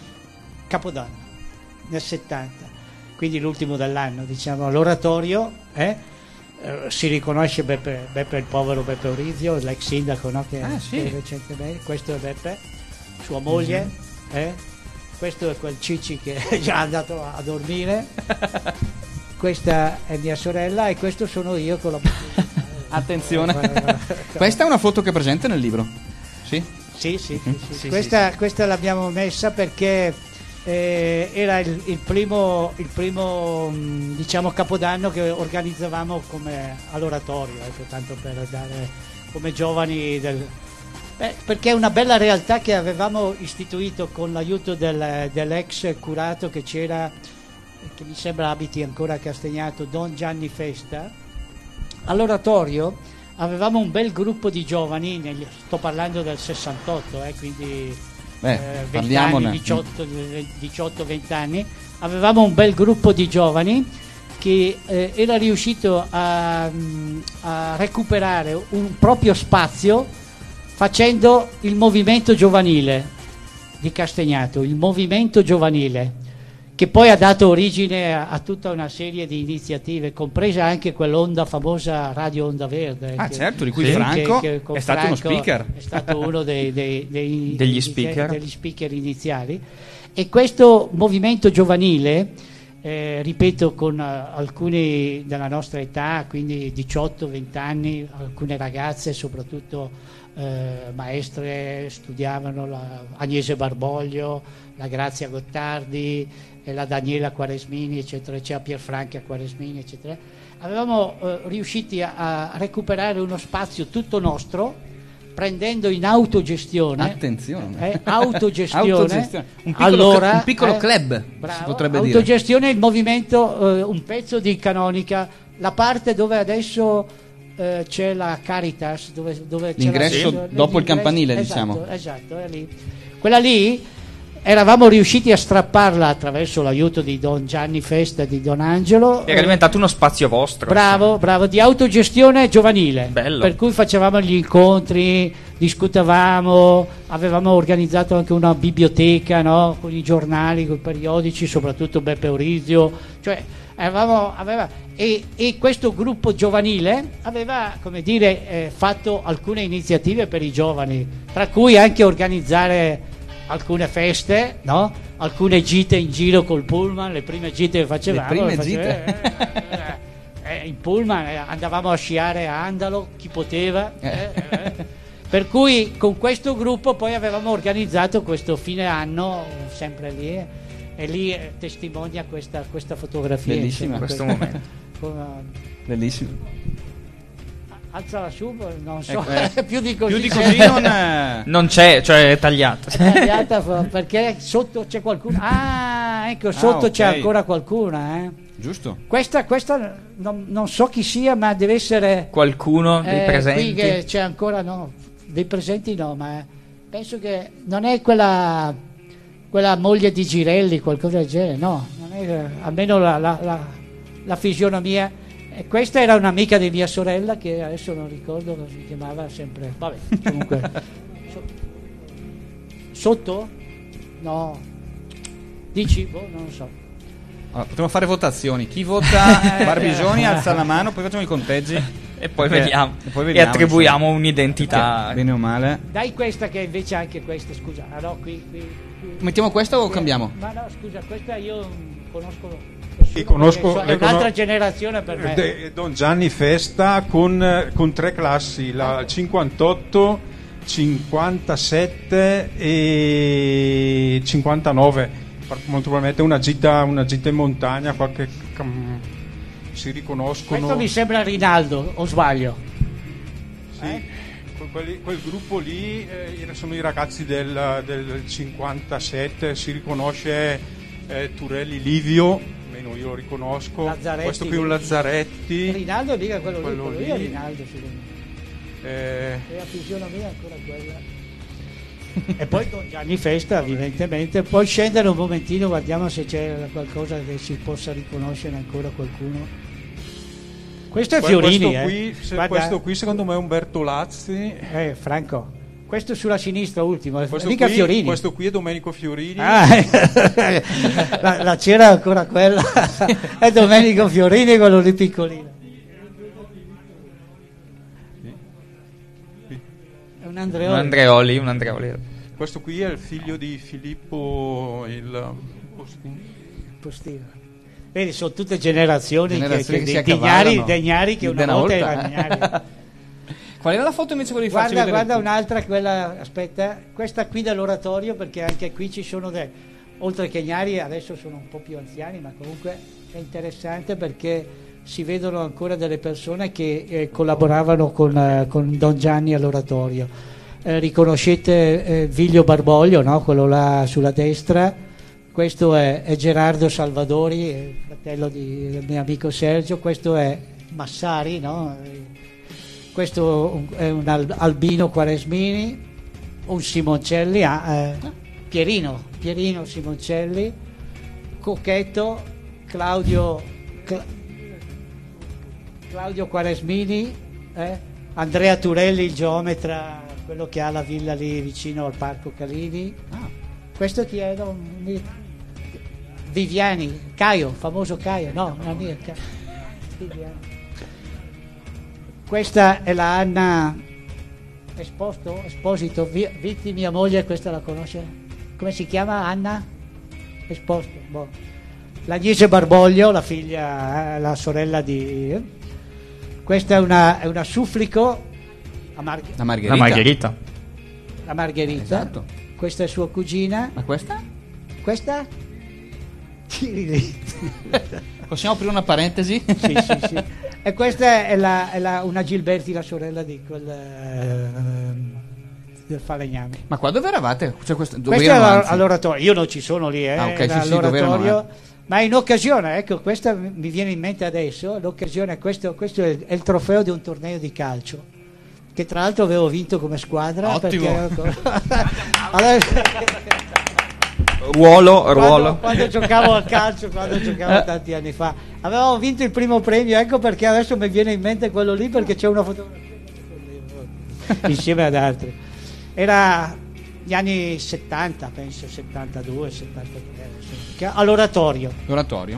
nel 70. Quindi l'ultimo dell'anno, diciamo, all'oratorio, si riconosce Beppe, il povero Beppe Orizio, l'ex sindaco, no? Che recentemente. Questo è Beppe, sua moglie, questo è quel Cicci che è già andato a dormire. Questa è mia sorella e questo sono io con la Attenzione. Questa è una foto che è presente nel libro. Sì? Sì. Questa l'abbiamo messa perché era il primo diciamo capodanno che organizzavamo come all'oratorio, ecco, tanto per dare come giovani perché è una bella realtà che avevamo istituito con l'aiuto dell'ex curato che c'era, che mi sembra abiti ancora a Castagnato, Don Gianni Festa. All'oratorio avevamo un bel gruppo di giovani, sto parlando del 68, quindi 20 anni, 18-20 anni. Avevamo un bel gruppo di giovani che era riuscito a recuperare un proprio spazio facendo il movimento giovanile di Castagnato, il movimento giovanile, che poi ha dato origine a tutta una serie di iniziative, compresa anche quell'onda famosa Radio Onda Verde. Certo, di cui Franco è stato uno speaker. È stato uno degli speaker iniziali. E questo movimento giovanile, ripeto, con alcuni della nostra età, quindi 18-20 anni, alcune ragazze soprattutto maestre, studiavano Agnese Barboglio, la Grazia Gottardi, la Daniela Quaresmini, eccetera, c'era Pierfranca Quaresmini, eccetera. Avevamo riusciti a recuperare uno spazio tutto nostro, prendendo in autogestione. Attenzione, autogestione. Un piccolo club, bravo, si potrebbe autogestione, il movimento, un pezzo di Canonica, la parte dove adesso c'è la Caritas, dove l'ingresso dopo il campanile, diciamo. Esatto, è lì. Quella lì eravamo riusciti a strapparla attraverso l'aiuto di Don Gianni Festa e di Don Angelo. Era diventato uno spazio vostro. Bravo, di autogestione giovanile. Bello. Per cui facevamo gli incontri, discutevamo, avevamo organizzato anche una biblioteca, no? Con i giornali, con i periodici, soprattutto Beppe Orizio, cioè e questo gruppo giovanile aveva, come dire, fatto alcune iniziative per i giovani, tra cui anche organizzare alcune feste, no? Alcune gite in giro col pullman, le prime gite che facevamo. In pullman andavamo a sciare a Andalo, chi poteva. Per cui con questo gruppo poi avevamo organizzato questo fine anno, sempre lì. E lì testimonia questa fotografia. Bellissima questo momento. Bellissimo. Alzala su, non so, più di così non c'è, cioè è tagliata. È tagliata perché sotto c'è qualcuno. Ecco, sotto c'è ancora qualcuna. Giusto. Questa non so chi sia, ma deve essere qualcuno dei presenti. Qui che c'è ancora, no, dei presenti no, ma penso che non è quella moglie di Girelli, qualcosa del genere, no, non è, almeno la fisionomia. Questa era un'amica di mia sorella che adesso non ricordo come si chiamava, sempre, vabbè, comunque sotto? No, dici? Non lo so. Allora, potremmo fare votazioni, chi vota Barbisoni alza la mano, poi facciamo i conteggi e poi vediamo e attribuiamo un'identità, bene o male. Dai questa, che invece anche questa, scusa, no, qui mettiamo questa o cambiamo? Ma no, scusa, questa io conosco. È un'altra generazione per me. Don Gianni Festa con tre classi, la 58, 57 e 59. Molto probabilmente una gita in montagna, si riconoscono. Questo mi sembra Rinaldo, o sbaglio? Sì, quel gruppo lì sono i ragazzi del 57, si riconosce Turelli Livio. Io lo riconosco. Lazzaretti, questo qui è un Lazzaretti. Rinaldo mica quello lì. È Rinaldo, e la fisionomia è ancora quella. E poi Don Gianni Festa, evidentemente. Puoi scendere un momentino, guardiamo se c'è qualcosa che si possa riconoscere ancora qualcuno. Questo è Fiorini. Questo qui secondo me è Umberto Lazzi. Franco. Questo sulla sinistra ultimo, mica Fiorini. Questo qui è Domenico Fiorini. La c'era ancora quella. È Domenico Fiorini, quello lì piccolino. È un Andreoli. Questo qui è il figlio di Filippo il Postino. Vedi, sono tutte generazioni che degnari che una volta erano Gnari. Qual era la foto invece che vi faccio vedere? Guarda un'altra, quella, aspetta, questa qui dell'oratorio, perché anche qui ci sono oltre che Gnari, adesso sono un po' più anziani, ma comunque è interessante perché si vedono ancora delle persone che collaboravano con Don Gianni all'oratorio. Riconoscete Viglio Barboglio, no? Quello là sulla destra. Questo è Gerardo Salvadori, fratello del mio amico Sergio. Questo è Massari, no? Questo è un Albino Quaresmini, un Simoncelli, Pierino Simoncelli, Cocchetto, Claudio Quaresmini, Andrea Turelli, il geometra, quello che ha la villa lì vicino al Parco Calini. Questo chi è? Viviani, Caio, famoso Caio, no, non è Viviani. Questa è la Anna Esposito, Vitti, mia moglie, questa la conosce? Come si chiama? Anna Esposito. Boh. L'Agnese Barboglio, la figlia, la sorella di... Questa è una Sufflico, la Margherita. La Margherita. Esatto. Questa è sua cugina. Ma questa? Questa? Possiamo aprire una parentesi? Sì. E questa è una Gilberti, la sorella di quel del Falegname. Ma qua dove eravate? Questo è all'oratorio. Io non ci sono lì, all'oratorio. Ma in occasione, ecco, questa mi viene in mente adesso. L'occasione, questo è il trofeo di un torneo di calcio, che tra l'altro avevo vinto come squadra. Ottimo. Ruolo. Quando giocavo a calcio, tanti anni fa, avevamo vinto il primo premio, ecco perché adesso mi viene in mente quello lì, perché c'è una fotografia insieme ad altri. Era gli anni 70, penso 72, 73, all'oratorio. L'oratorio.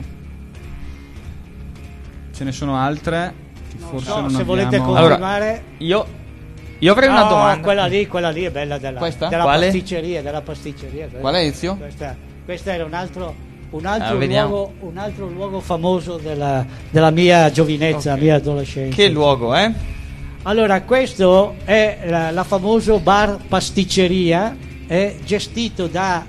Ce ne sono altre? Forse non se abbiamo... volete continuare. Allora, io avrei una domanda. Quella lì è bella, della pasticceria. Qual è, Ezio? Questa era un altro luogo famoso della mia giovinezza, okay. Mia adolescenza. Che luogo, Allora, questo è la famoso bar pasticceria, è gestito da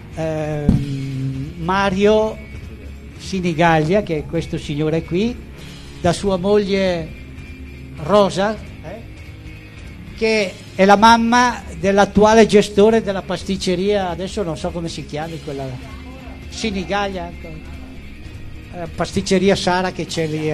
Mario Sinigaglia, che è questo signore qui, da sua moglie Rosa, che è la mamma dell'attuale gestore della pasticceria, adesso non so come si chiami quella, Sinigaglia, pasticceria Sara che c'è lì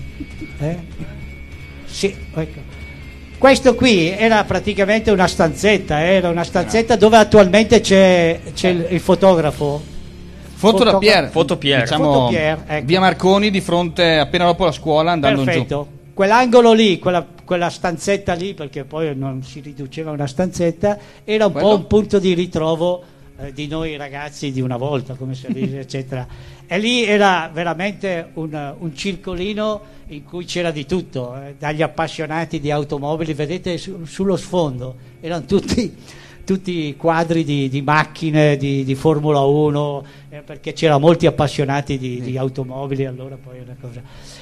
sì, ecco. Questo qui era praticamente una stanzetta, dove attualmente c'è il fotografo. Fotopier, diciamo, ecco. Via Marconi, di fronte, appena dopo la scuola, andando giù. Quell'angolo lì, quella stanzetta lì, perché poi non si riduceva a una stanzetta, era un po' un punto di ritrovo di noi ragazzi di una volta, come si dice, eccetera. E lì era veramente un circolino in cui c'era di tutto, dagli appassionati di automobili, vedete sullo sfondo erano tutti quadri di macchine di Formula 1, perché c'erano molti appassionati di automobili, allora poi è una cosa.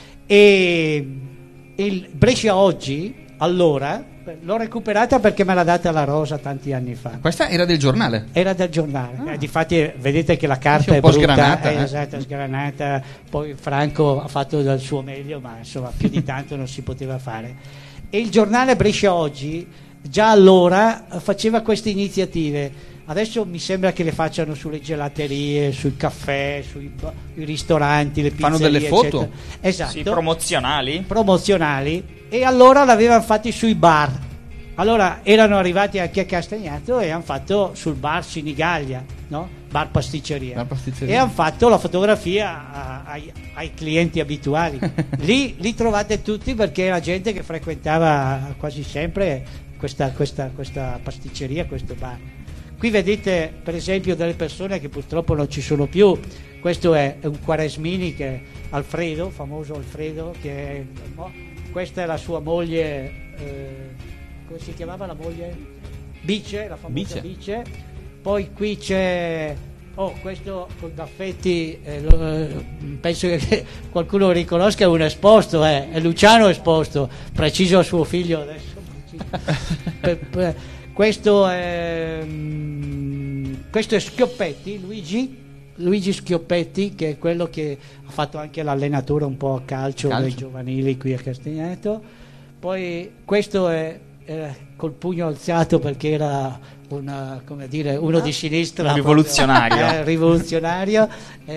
E il Brescia Oggi, allora, l'ho recuperata perché me l'ha data la Rosa tanti anni fa. Questa era del giornale? Era del giornale. Difatti vedete che la carta è brutta, sgranata, esatto, sgranata. Poi Franco ha fatto del suo meglio, ma insomma più di tanto non si poteva fare. E il giornale Brescia Oggi già allora faceva queste iniziative. Adesso mi sembra che le facciano sulle gelaterie, sui caffè, sui ristoranti, le pizzerie. Fanno delle foto? Eccetera. Esatto. Sì, promozionali. E allora l'avevano fatti sui bar. Allora erano arrivati anche a Castagnato e hanno fatto sul bar Sinigaglia, no? Bar pasticceria. E hanno fatto la fotografia ai clienti abituali. Lì trovate tutti, perché era gente che frequentava quasi sempre questa pasticceria, questo bar. Qui vedete per esempio delle persone che purtroppo non ci sono più. Questo è un Quaresmini, che è Alfredo, famoso Alfredo, questa è la sua moglie, come si chiamava la moglie? Bice, la famosa Bice. Poi qui c'è questo con Gaffetti, penso che qualcuno riconosca, un Esposto, è Luciano Esposto, preciso a suo figlio adesso. Questo è Schioppetti, Luigi Schioppetti, che è quello che ha fatto anche l'allenatore un po' a calcio dei giovanili qui a Castagnato. Poi questo è col pugno alzato perché era uno di sinistra, rivoluzionario.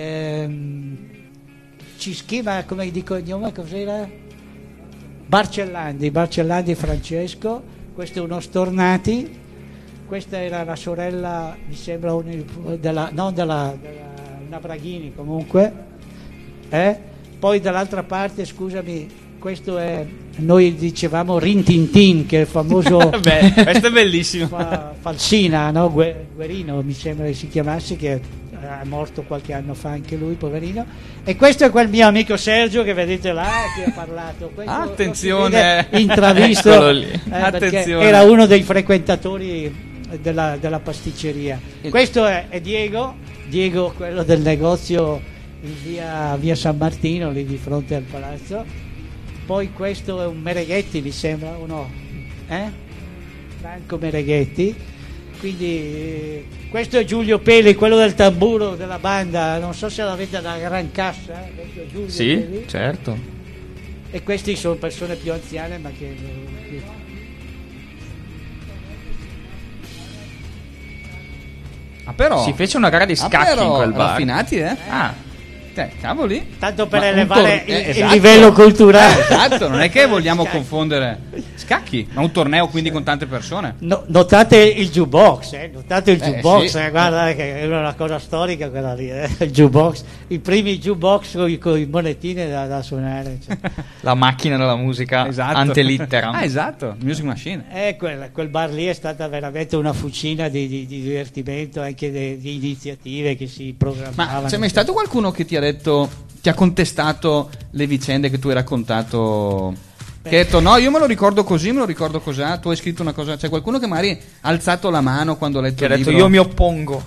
Cischima, come dico il nome, cos'era? Barcellandi Francesco. Questo è uno Stornati. Questa era la sorella, mi sembra, una Braghini comunque. Poi dall'altra parte, scusami, questo è, noi dicevamo Rintintin, che è il famoso Beh, questo è bellissimo. Falsina, no? Guerino mi sembra che si chiamasse, che è morto qualche anno fa anche lui, poverino. E questo è quel mio amico Sergio che vedete là, che ha parlato. Questo attenzione, intravisto, attenzione. Era uno dei frequentatori della pasticceria. Questo è Diego, quello del negozio in via San Martino, lì di fronte al palazzo. Poi questo è un Mereghetti, mi sembra, Franco Mereghetti. Quindi questo è Giulio Peli, quello del tamburo della banda, non so se l'avete da gran cassa. Giulio Peli. Certo. E questi sono persone più anziane, ma che però si fece una gara di scacchi in quel bar. Raffinati, cavoli. Tanto per elevare il livello culturale. Esatto, non è che vogliamo confondere scacchi, ma un torneo quindi con tante persone. Notate il jukebox, guarda che è una cosa storica quella lì, il jukebox, i primi jukebox con i monetine da suonare. La macchina della musica, ante litteram. Esatto, music machine. Quel bar lì è stata veramente una fucina di divertimento, anche di iniziative che si programmavano. Ma c'è mai stato qualcuno che ti ha contestato le vicende che tu hai raccontato? Che ha detto no, io me lo ricordo così, me lo ricordo cos'ha, tu hai scritto una cosa. C'è qualcuno che magari ha alzato la mano quando ha letto il libro? Io mi oppongo.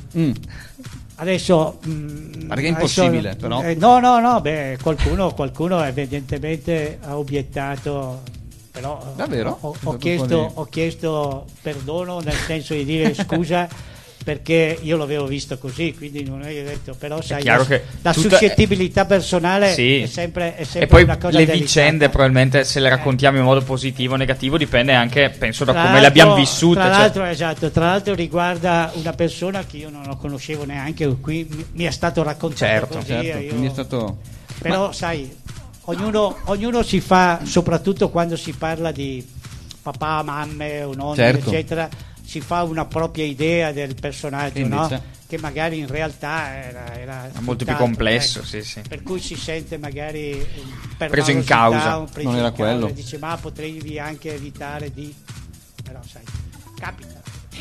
Adesso perché è impossibile, però. No, qualcuno evidentemente ha obiettato, però davvero? Ho chiesto perdono, nel senso di dire scusa, perché io l'avevo visto così, quindi non è detto, però sai, la suscettibilità personale è sempre e poi una cosa le delicata. Vicende probabilmente se le raccontiamo in modo positivo o negativo dipende anche, penso, da come le abbiamo vissute. Tra l'altro riguarda una persona che io non lo conoscevo neanche, qui mi è stato raccontato così, quindi è stato... però sai, ognuno si fa, soprattutto quando si parla di papà, mamme o nonni, eccetera, si fa una propria idea del personaggio, no? Che magari in realtà era molto più complesso, sì. Per cui si sente magari preso in causa, non era quello. Dice, ma potevi anche evitare di... Però sai, capita.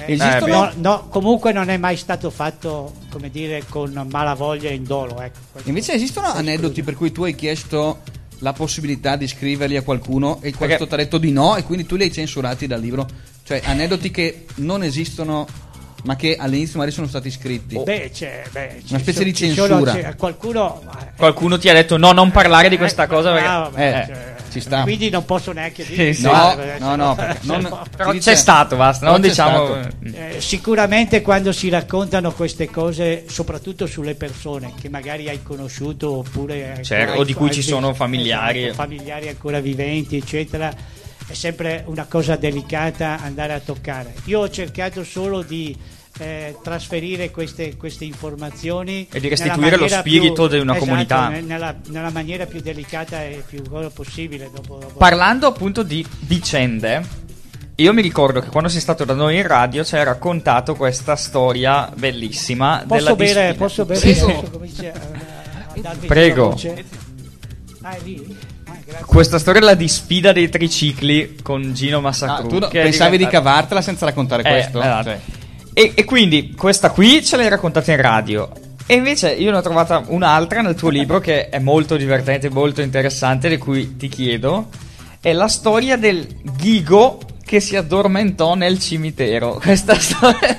Comunque non è mai stato fatto, come dire, con malavoglia e indolo. Invece esistono aneddoti per cui tu hai chiesto la possibilità di scriverli a qualcuno e questo ti ha detto di no e quindi tu li hai censurati dal libro? Cioè aneddoti che non esistono ma che all'inizio magari sono stati scritti. Una specie di censura. Qualcuno ti ha detto no, non parlare di questa cosa perché ci sta. Quindi non posso neanche dire no, però c'è stato, basta, non diciamo sicuramente quando si raccontano queste cose, soprattutto sulle persone che magari hai conosciuto oppure o di cui ci sono familiari ancora viventi, eccetera, è sempre una cosa delicata andare a toccare. Io ho cercato solo di trasferire queste informazioni e di restituire lo spirito di una comunità nella maniera più delicata e più possibile. Dopo. Parlando appunto di vicende, io mi ricordo che quando sei stato da noi in radio ci hai raccontato questa storia bellissima. Posso bere? Prego. Questa storia è la di sfida dei tricicli con Gino Massacru. Tu pensavi di cavartela senza raccontare questo? E quindi questa qui ce l'hai raccontata in radio. E invece io ne ho trovata un'altra nel tuo libro che è molto divertente, molto interessante, di cui ti chiedo. È la storia del ghigo che si addormentò nel cimitero. Questa storia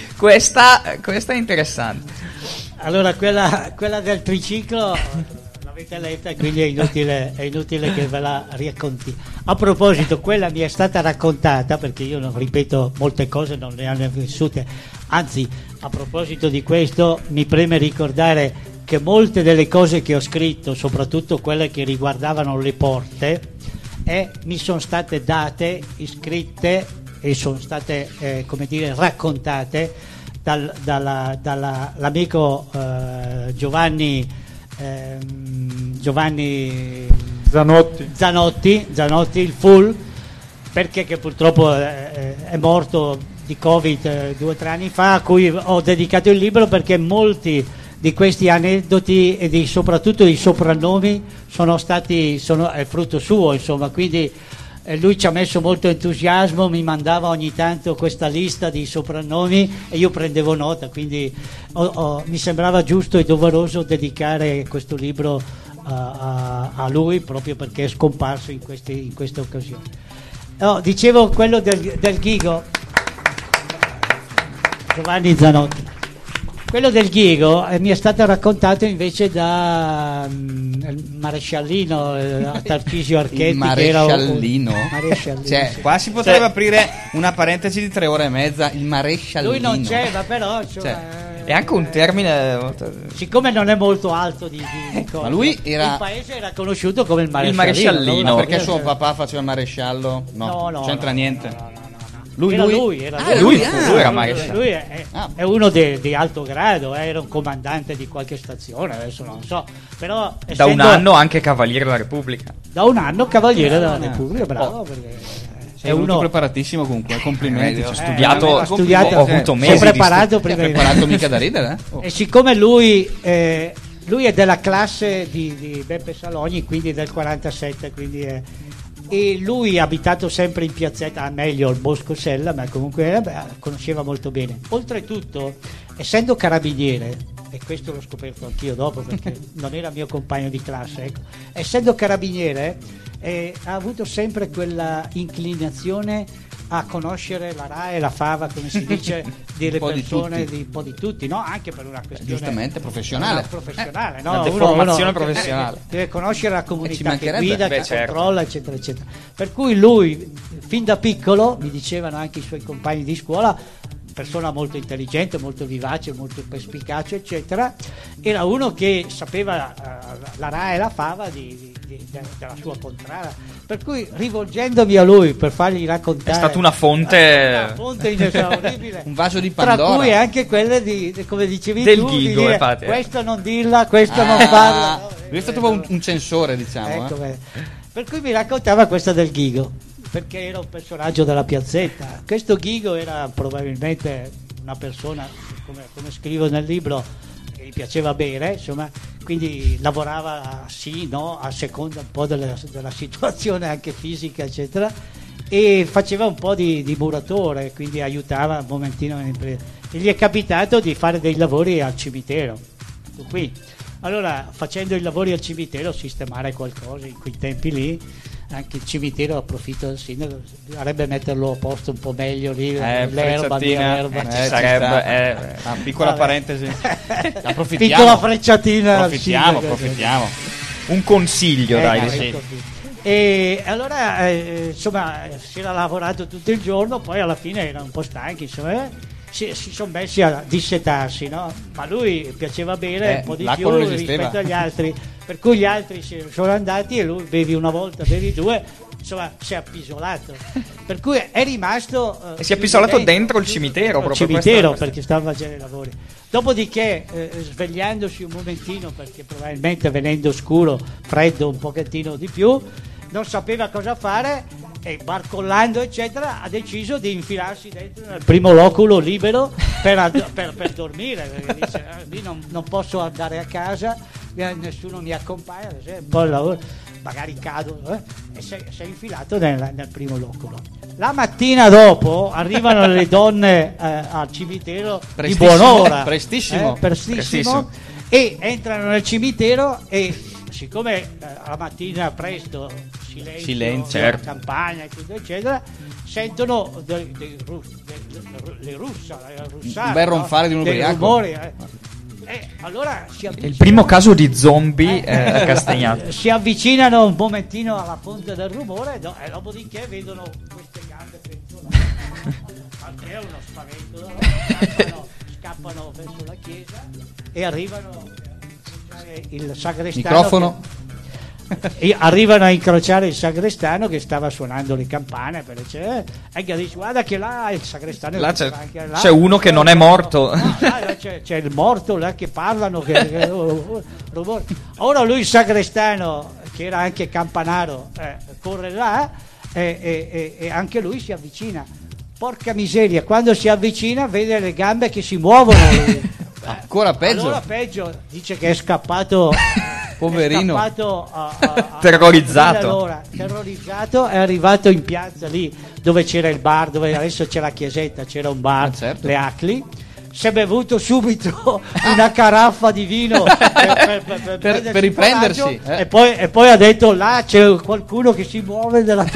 questa è interessante. Allora quella del triciclo l'avete letta, quindi è inutile che ve la racconti. A proposito, quella mi è stata raccontata, perché io non ripeto molte cose, non le hanno vissute, anzi, a proposito di questo mi preme ricordare che molte delle cose che ho scritto, soprattutto quelle che riguardavano le porte, mi sono state date, iscritte e sono state come dire raccontate dall'amico Giovanni Zanotti, il Full, perché che purtroppo è morto di Covid 2 o 3 anni fa, a cui ho dedicato il libro, perché molti di questi aneddoti e soprattutto i soprannomi è frutto suo, insomma, quindi lui ci ha messo molto entusiasmo, mi mandava ogni tanto questa lista di soprannomi e io prendevo nota, quindi mi sembrava giusto e doveroso dedicare questo libro a lui, proprio perché è scomparso in queste occasioni. Dicevo quello del Ghigo, Giovanni Zanotti. Quello del Ghigo mi è stato raccontato invece da maresciallino Tarcisio Archetti. Il maresciallino? Cioè, sì. Qua si potrebbe aprire una parentesi di 3 ore e mezza. Il maresciallino. Lui non c'è, ma però è anche un termine. Siccome non è molto alto di cosa, ma lui era. Il paese era conosciuto come il maresciallino. No, perché suo papà faceva il maresciallo? No, c'entra niente. No. Lui era maresciallo. Lui è uno di alto grado, era un comandante di qualche stazione, adesso non so. Però da un anno anche Cavaliere della Repubblica. Da un anno Cavaliere della Repubblica, bravo. Perché è uno preparatissimo comunque, complimenti. Ho studiato, ho avuto mesi. Si è preparato mica da ridere. E siccome lui è della classe di Beppe Salogni, quindi del 47, quindi e lui ha abitato sempre in piazzetta, meglio il Bosco Sella, ma comunque conosceva molto bene. Oltretutto, essendo carabiniere, e questo l'ho scoperto anch'io dopo perché non era mio compagno di classe, ecco, essendo carabiniere ha avuto sempre quella inclinazione a conoscere la RAE e la fava, come si dice, delle persone, di un po' di tutti, no? Anche per una questione giustamente professionale, no? Una deformazione professionale. Deve conoscere la comunità che guida, che controlla, eccetera, eccetera. Per cui lui, fin da piccolo, mi dicevano anche i suoi compagni di scuola, persona molto intelligente, molto vivace, molto perspicace, eccetera, era uno che sapeva la RAE e la fava della sua contrada, per cui rivolgendomi a lui per fargli raccontare, è stata una fonte inesauribile, un vaso di Pandora, tra cui anche quelle come dicevi del tu, Ghigo, di dire, questo non dirla, questo non farla, no? Lui è stato un censore, diciamo, ecco, per cui mi raccontava questa del Ghigo, perché era un personaggio della piazzetta. Questo Ghigo era probabilmente una persona, come scrivo nel libro, che gli piaceva bere, insomma, quindi lavorava a seconda un po' della situazione anche fisica, eccetera, e faceva un po' di muratore, quindi aiutava un momentino e gli è capitato di fare dei lavori al cimitero qui. Allora, facendo i lavori al cimitero, sistemare qualcosa in quei tempi lì, anche il cimitero, approfitto del sindaco, dovrebbe metterlo a posto un po' meglio lì, l'erba, ci sarebbe una piccola parentesi. Piccola frecciatina, approfittiamo. Un consiglio, dai. E allora insomma si era lavorato tutto il giorno, poi alla fine erano un po' stanchi, insomma, si sono messi a dissetarsi, no? Ma lui piaceva bere un po' di più rispetto agli altri, per cui gli altri sono andati e lui bevi una volta, bevi due, insomma si è appisolato, per cui è rimasto si è appisolato dentro il cimitero, perché stava facendo i lavori. Dopodiché svegliandosi un momentino, perché probabilmente venendo scuro, freddo un pochettino di più, non sapeva cosa fare e barcollando eccetera ha deciso di infilarsi dentro nel primo loculo libero per dormire, perché dice lì non posso andare a casa, nessuno mi accompagna, un po' il lavoro, magari cado, e si è infilato nel primo loculo. La mattina dopo arrivano le donne al cimitero di buon'ora, prestissimo, e entrano nel cimitero e siccome la mattina presto silenzio la campagna eccetera, sentono le russate, un bel ronfare di un ubriaco, rumori, Allora si È il avvicinano, primo caso di zombie a Castagnato. si avvicinano un momentino alla fonte del rumore e dopodiché vedono queste gambe penzolate. Anche è uno spavento, scappano verso la chiesa e arrivano il sagrestano. Microfono. E arrivano a incrociare il sagrestano che stava suonando le campane e che dice guarda che là il sagrestano Là anche là. c'è uno che non è morto. Là c'è il morto là che parlano rumore. Ora lui il sagrestano che era anche campanaro corre là e anche lui si avvicina. Porca miseria, quando si avvicina vede le gambe che si muovono. Ancora peggio. Allora peggio, dice che è scappato. Poverino. È scappato Terrorizzato. Allora, terrorizzato, è arrivato in piazza lì dove c'era il bar, dove adesso c'è la chiesetta, c'era un bar, certo. le Acli. Si è bevuto subito una caraffa di vino per riprendersi. E poi ha detto là c'è qualcuno che si muove nella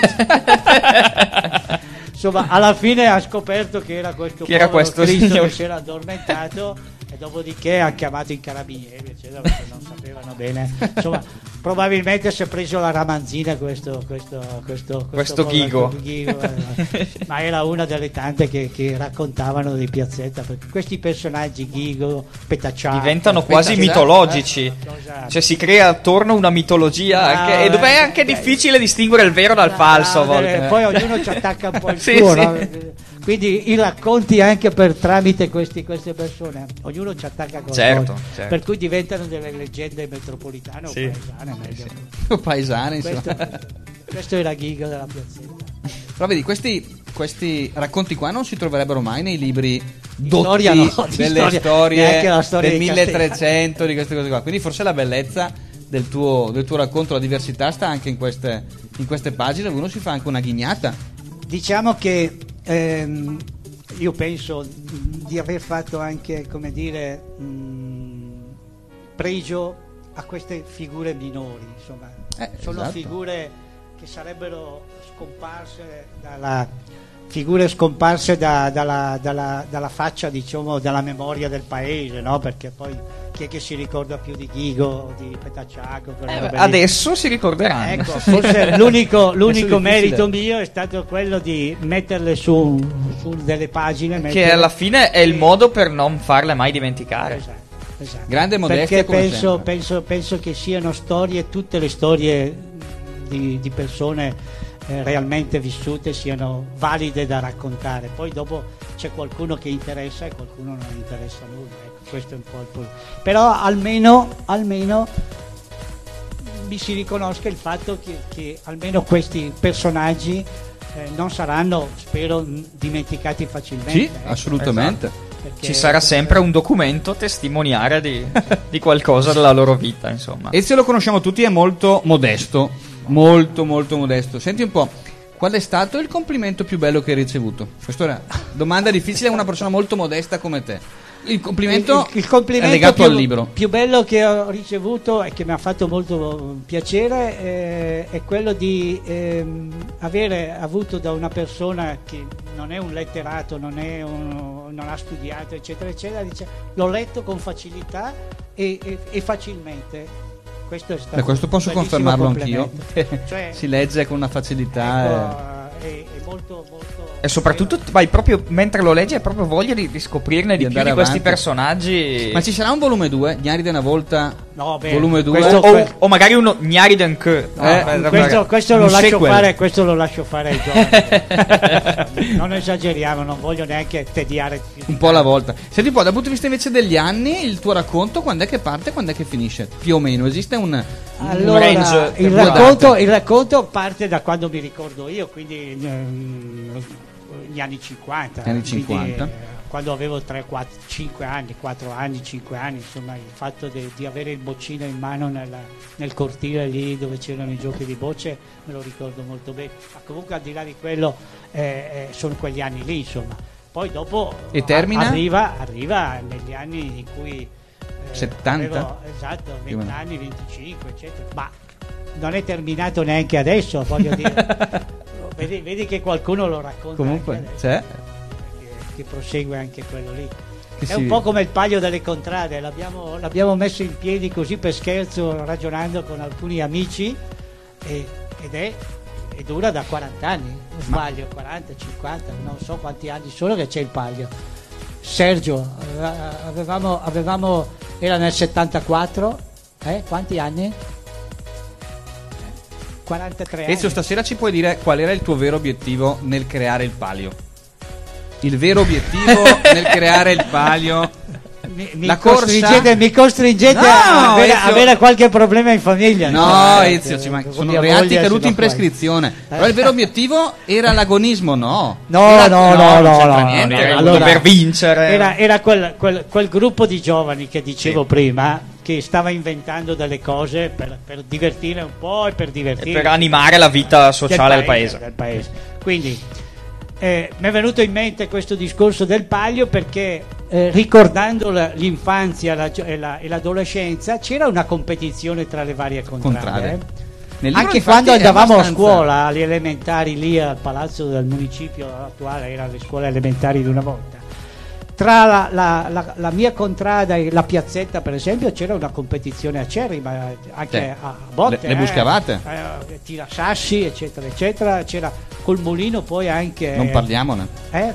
tomba. Insomma, alla fine ha scoperto che era questo Cristo signore che si era addormentato e dopodiché ha chiamato i carabinieri eccetera perché non sapevano bene. Insomma, probabilmente si è preso la ramanzina questo Ghigo. Ma era una delle tante che raccontavano di Piazzetta, perché questi personaggi Ghigo, Petacciato diventano quasi mitologici, cioè si crea attorno una mitologia e dove è anche difficile distinguere il vero dal falso a volte. Poi ognuno ci attacca un po' il Sì, suo, sì. no? Quindi i racconti anche per tramite queste persone ognuno ci attacca qualcosa, certo. per cui diventano delle leggende metropolitane o paesane meglio. O paesane, insomma. Questo era Ghigo della Piazzetta. Però vedi, questi racconti qua non si troverebbero mai nei libri Storia, dotti no, di delle neanche la storia del di 1300, di queste cose qua. Quindi forse la bellezza del tuo racconto, la diversità sta anche in queste pagine dove uno si fa anche una ghignata. Diciamo che io penso di aver fatto anche, come dire, pregio a queste figure minori, insomma, sono esatto. figure che sarebbero scomparse dalla faccia, diciamo, dalla memoria del paese, no? Perché poi chi è che si ricorda più di Ghigo, di Petacciaco? Adesso si ricorderanno. Ecco, forse l'unico difficile. merito mio è stato quello di metterle su delle pagine Che alla fine è il modo per non farle mai dimenticare. Esatto. Grande modestia, perché come penso che siano storie, tutte le storie di persone realmente vissute siano valide da raccontare. Poi dopo c'è qualcuno che interessa e qualcuno non interessa nulla, ecco, questo è un po' il punto. Però almeno mi si riconosca il fatto che almeno questi personaggi non saranno, spero, dimenticati facilmente. Sì, assolutamente. Perché Ci sarà sempre un documento testimoniare di qualcosa della loro vita, insomma. Ezio lo conosciamo tutti, è molto modesto, molto molto modesto. Senti un po', qual è stato il complimento più bello che hai ricevuto? Questa è una domanda difficile a una persona molto modesta come te. Il complimento è legato al libro. più bello che ho ricevuto e che mi ha fatto molto piacere è quello di avere avuto da una persona che non è un letterato, non ha studiato eccetera eccetera, dice l'ho letto con facilità e facilmente. Questo è stato questo posso un bellissimo confermarlo anch'io. Cioè, si legge con una facilità. È molto E soprattutto vai proprio mentre lo leggi hai proprio voglia di scoprirne di più di questi personaggi. Ma ci sarà un volume 2? Gnari una volta? No, beh, volume 2 o magari uno Gnari Denke. Questo lo lascio fare ai giovani. Non esageriamo, non voglio neanche tediare più un po' alla volta. Senti un po', dal punto di vista invece degli anni, il tuo racconto quando è che parte, quando è che finisce? Più o meno esiste un range? Il racconto parte da quando mi ricordo io, quindi gli anni 50. Anni 50. Quindi, quando avevo 3, 4, 5 anni, 4 anni, 5 anni, insomma, il fatto di avere il boccino in mano nel cortile lì dove c'erano i giochi di bocce me lo ricordo molto bene. Ma comunque al di là di quello sono quegli anni lì, insomma. Poi dopo e termina? Arriva negli anni in cui 70? Esatto, 20 anni, 25, eccetera. Ma non è terminato neanche adesso, voglio dire. Vedi che qualcuno lo racconta. Comunque anche adesso, c'è. che prosegue anche quello lì. È un po' come il Palio delle Contrade, l'abbiamo messo in piedi così per scherzo, ragionando con alcuni amici, e dura da 40 anni, non sbaglio, 40, 50, non so quanti anni sono che c'è il Palio. Sergio, avevamo era nel 74, quanti anni? 43 anni. Ezio, stasera ci puoi dire qual era il tuo vero obiettivo nel creare il Palio? Il vero obiettivo nel creare il Palio? Mi costringete a avere qualche problema in famiglia. No, Ezio, sono reati caduti in prescrizione. Però il vero obiettivo era l'agonismo, no? No. Allora, per vincere. Era quel gruppo di giovani che dicevo prima, che stava inventando delle cose per divertire un po' e per animare la vita sociale del paese. Quindi mi è venuto in mente questo discorso del Palio perché ricordando l'infanzia e l'adolescenza c'era una competizione tra le varie contrade. Anche quando andavamo a scuola, alle elementari, lì al palazzo del municipio attuale, erano le scuole elementari di una volta, tra la mia contrada e la piazzetta, per esempio, c'era una competizione acerrima, anche a botte, le buscavate, tirasassi, eccetera eccetera. C'era col mulino poi anche, non parliamone.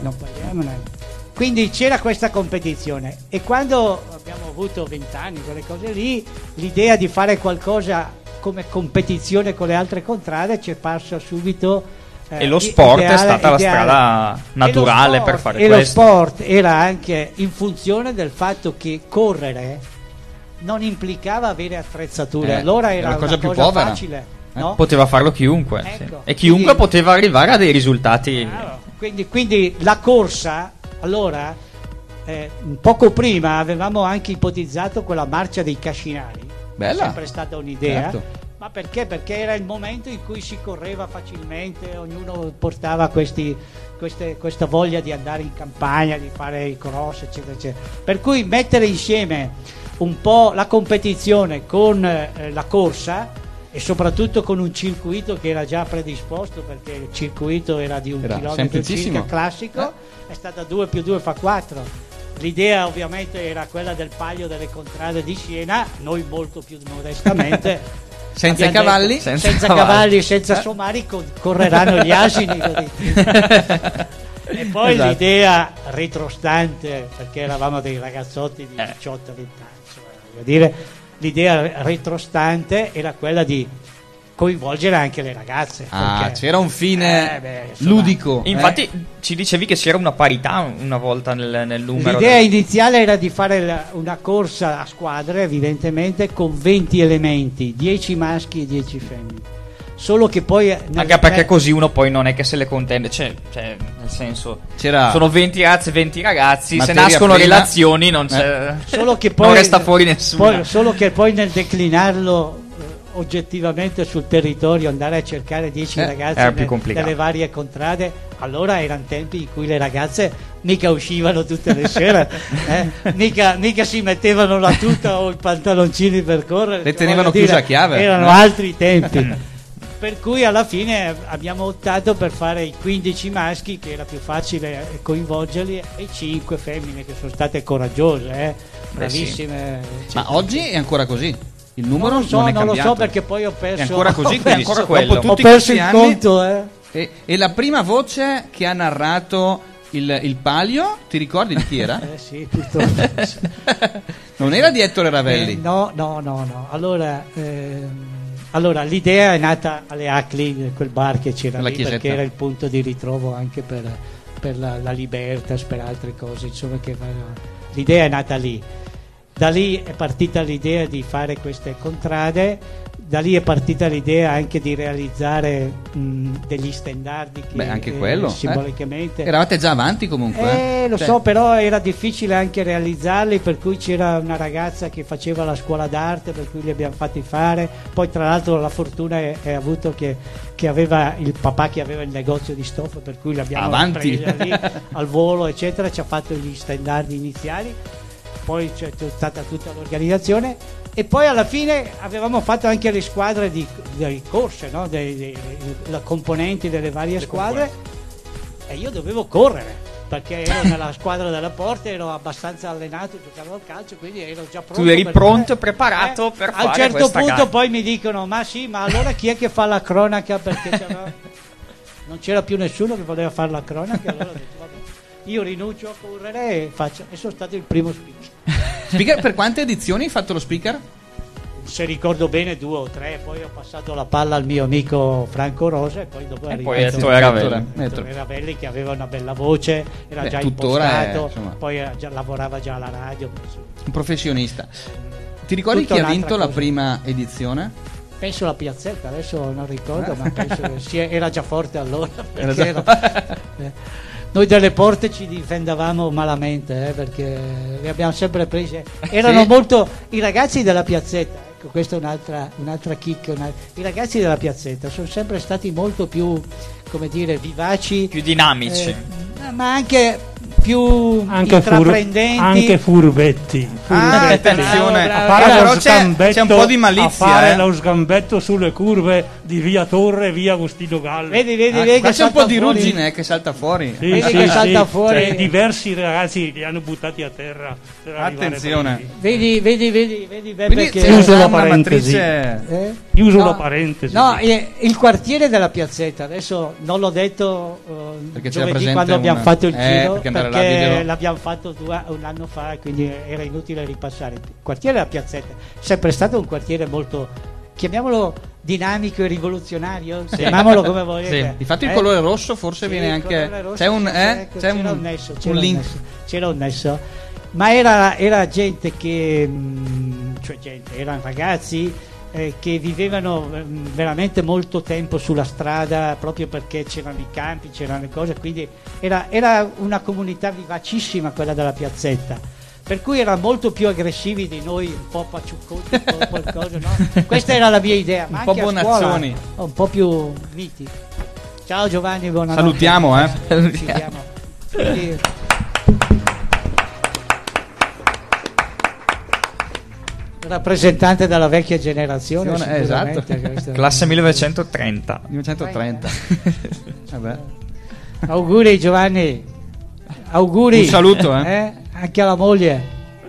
Quindi c'era questa competizione, e quando abbiamo avuto 20 anni, quelle cose lì, l'idea di fare qualcosa come competizione con le altre contrade ci è parsa subito. E lo sport è stata la strada naturale per fare questo. E lo sport era anche in funzione del fatto che correre non implicava avere attrezzature, allora era una cosa più povera. Facile, no? Poteva farlo chiunque, ecco, e chiunque poteva arrivare a dei risultati. Quindi la corsa, allora poco prima avevamo anche ipotizzato quella marcia dei cascinari. Bella. È sempre stata un'idea. Certo. Ma perché? Perché era il momento in cui si correva facilmente, ognuno portava questa voglia di andare in campagna, di fare i cross, eccetera, eccetera. Per cui mettere insieme un po' la competizione con la corsa, e soprattutto con un circuito che era già predisposto, perché il circuito era di 1 chilometro circa classico, è stata 2 più 2 fa 4. L'idea ovviamente era quella del Palio delle Contrade di Siena, noi molto più modestamente. Senza cavalli? Senza cavalli, senza somari, correranno gli asini. E poi l'idea retrostante, perché eravamo dei ragazzotti di 18-20 anni, voglio dire, l'idea retrostante era quella di coinvolgere anche le ragazze. C'era un fine ludico. Infatti ci dicevi che c'era una parità una volta nel numero. L'idea iniziale era di fare una corsa a squadre, evidentemente, con 20 elementi, 10 maschi e 10 femmine. Solo che poi anche perché così uno poi non è che se le contende, cioè nel senso sono 20 ragazze, 20 ragazzi, se nascono relazioni non c'è, solo che poi non resta fuori nessuno. Solo che poi nel declinarlo oggettivamente sul territorio, andare a cercare 10 ragazze delle varie contrade, allora erano tempi in cui le ragazze mica uscivano tutte le sere, mica si mettevano la tuta o i pantaloncini per correre, le tenevano chiuse a chiave, erano altri tempi. Per cui alla fine abbiamo optato per fare i 15 maschi, che era più facile coinvolgerli, e 5 femmine, che sono state coraggiose, bravissime. Ma oggi è ancora così? Il numero non è cambiato. Non lo so, perché poi ho perso. È ancora così, quindi ancora quello. Dopo tutti ho perso il anni, conto. E la prima voce che ha narrato il Palio, ti ricordi di chi era? Sì, purtroppo. Non era di Ettore Ravelli? No. Allora l'idea è nata alle Acli, quel bar che c'era lì, perché era il punto di ritrovo anche per la Libertas, per altre cose, insomma, l'idea è nata lì. Da lì è partita l'idea di fare queste contrade, da lì è partita l'idea anche di realizzare degli standardi che anche quello simbolicamente eravate già avanti comunque. Lo so, però era difficile anche realizzarli, per cui c'era una ragazza che faceva la scuola d'arte, per cui li abbiamo fatti fare. Poi tra l'altro la fortuna è avuto che aveva il papà che aveva il negozio di stoffa, per cui l'abbiamo presa lì al volo, eccetera, ci ha fatto gli standardi iniziali, poi c'è stata tutta l'organizzazione, e poi alla fine avevamo fatto anche le squadre di corse, no? Le componenti delle varie squadre, e io dovevo correre. perché ero nella squadra della Porta, ero abbastanza allenato, giocavo al calcio, quindi ero già pronto. Tu eri pronto e preparato per fare questa gara. A un certo punto poi mi dicono: ma sì, ma allora chi è che fa la cronaca? Perché non c'era più nessuno che voleva fare la cronaca, allora ho detto vabbè, io rinuncio a correre e sono stato il primo speaker. Speaker, per quante edizioni hai fatto lo speaker? Se ricordo bene 2 o 3, poi ho passato la palla al mio amico Franco Rosa e poi dopo è arrivato Ravelli che aveva una bella voce, era già impostato, poi lavorava già alla radio. Un professionista. Ti ricordi chi ha vinto la prima edizione? Penso la Piazzetta, adesso non ricordo, ma penso che era già forte allora. Noi delle Porte ci difendavamo malamente, perché le abbiamo sempre prese. Erano molto i ragazzi della Piazzetta. Ecco, questa è un'altra chicca. I ragazzi della Piazzetta sono sempre stati molto più, come dire, vivaci, più dinamici, ma anche più intraprendenti, anche furbetti. Attenzione, c'è un po' di malizia. A fare lo sgambetto sulle curve di via Torre e via Agostino Gallo. Vedi che c'è un po' di ruggine che salta fuori. Salta fuori. Cioè, diversi ragazzi li hanno buttati a terra. Attenzione. Vedi Beppe, che uso la parentesi. Uso la parentesi. No, il quartiere della Piazzetta, adesso non l'ho detto giovedì quando abbiamo fatto il giro, perché l'abbiamo fatto un anno fa, quindi era inutile ripassare. Il quartiere della Piazzetta è sempre stato un quartiere molto, chiamiamolo dinamico e rivoluzionario, chiamiamolo come volete. Infatti il colore rosso forse viene anche c'è un link, c'era un nesso, ma era gente che erano ragazzi che vivevano veramente molto tempo sulla strada, proprio perché c'erano i campi, c'erano le cose, quindi era una comunità vivacissima quella della Piazzetta, per cui erano molto più aggressivi di noi, un po' paciuccotti, un po' qualcosa, no? Questa era la mia idea, ma un po' anche bonazzoni, un po' più miti. Ciao Giovanni, buonanotte. Salutiamo, Quindi, rappresentante della vecchia generazione, esatto. Classe 1930. Vabbè. Auguri Giovanni, auguri. Un saluto anche alla moglie.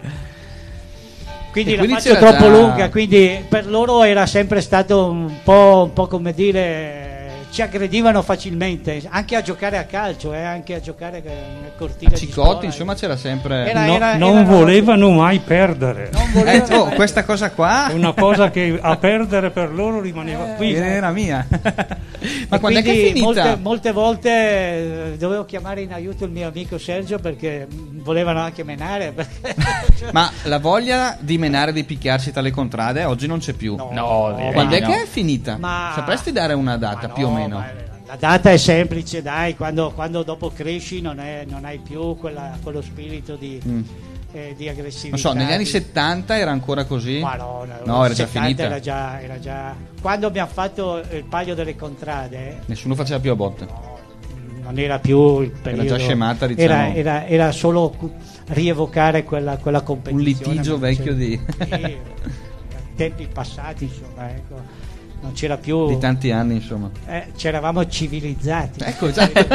Quindi la faccio troppo lunga, quindi per loro era sempre stato un po' come dire, ci aggredivano facilmente anche a giocare a calcio, anche a giocare nel cortile Cicotti, di scuola. insomma c'era sempre non volevano mai perdere. Questa cosa qua è una cosa che a perdere per loro rimaneva qui, era mia. Ma quando è che è finita? Molte volte dovevo chiamare in aiuto il mio amico Sergio, perché volevano anche menare, ma la voglia di menare, di picchiarsi tra le contrade oggi non c'è più. Quando è che è finita? Sapresti dare una data più o meno? La data è semplice, dai, quando dopo cresci non hai più quello spirito di aggressività. Non so, negli anni 70 era ancora così? Ma no, era già finita. Era già quando abbiamo fatto il Palio delle Contrade. Nessuno faceva più a botte. No, non era più il periodo. Era già scemata, diciamo. Era solo rievocare quella competizione. Un litigio vecchio di tempi passati, insomma, ecco. Non c'era più di tanti anni, insomma. C'eravamo civilizzati. Ecco,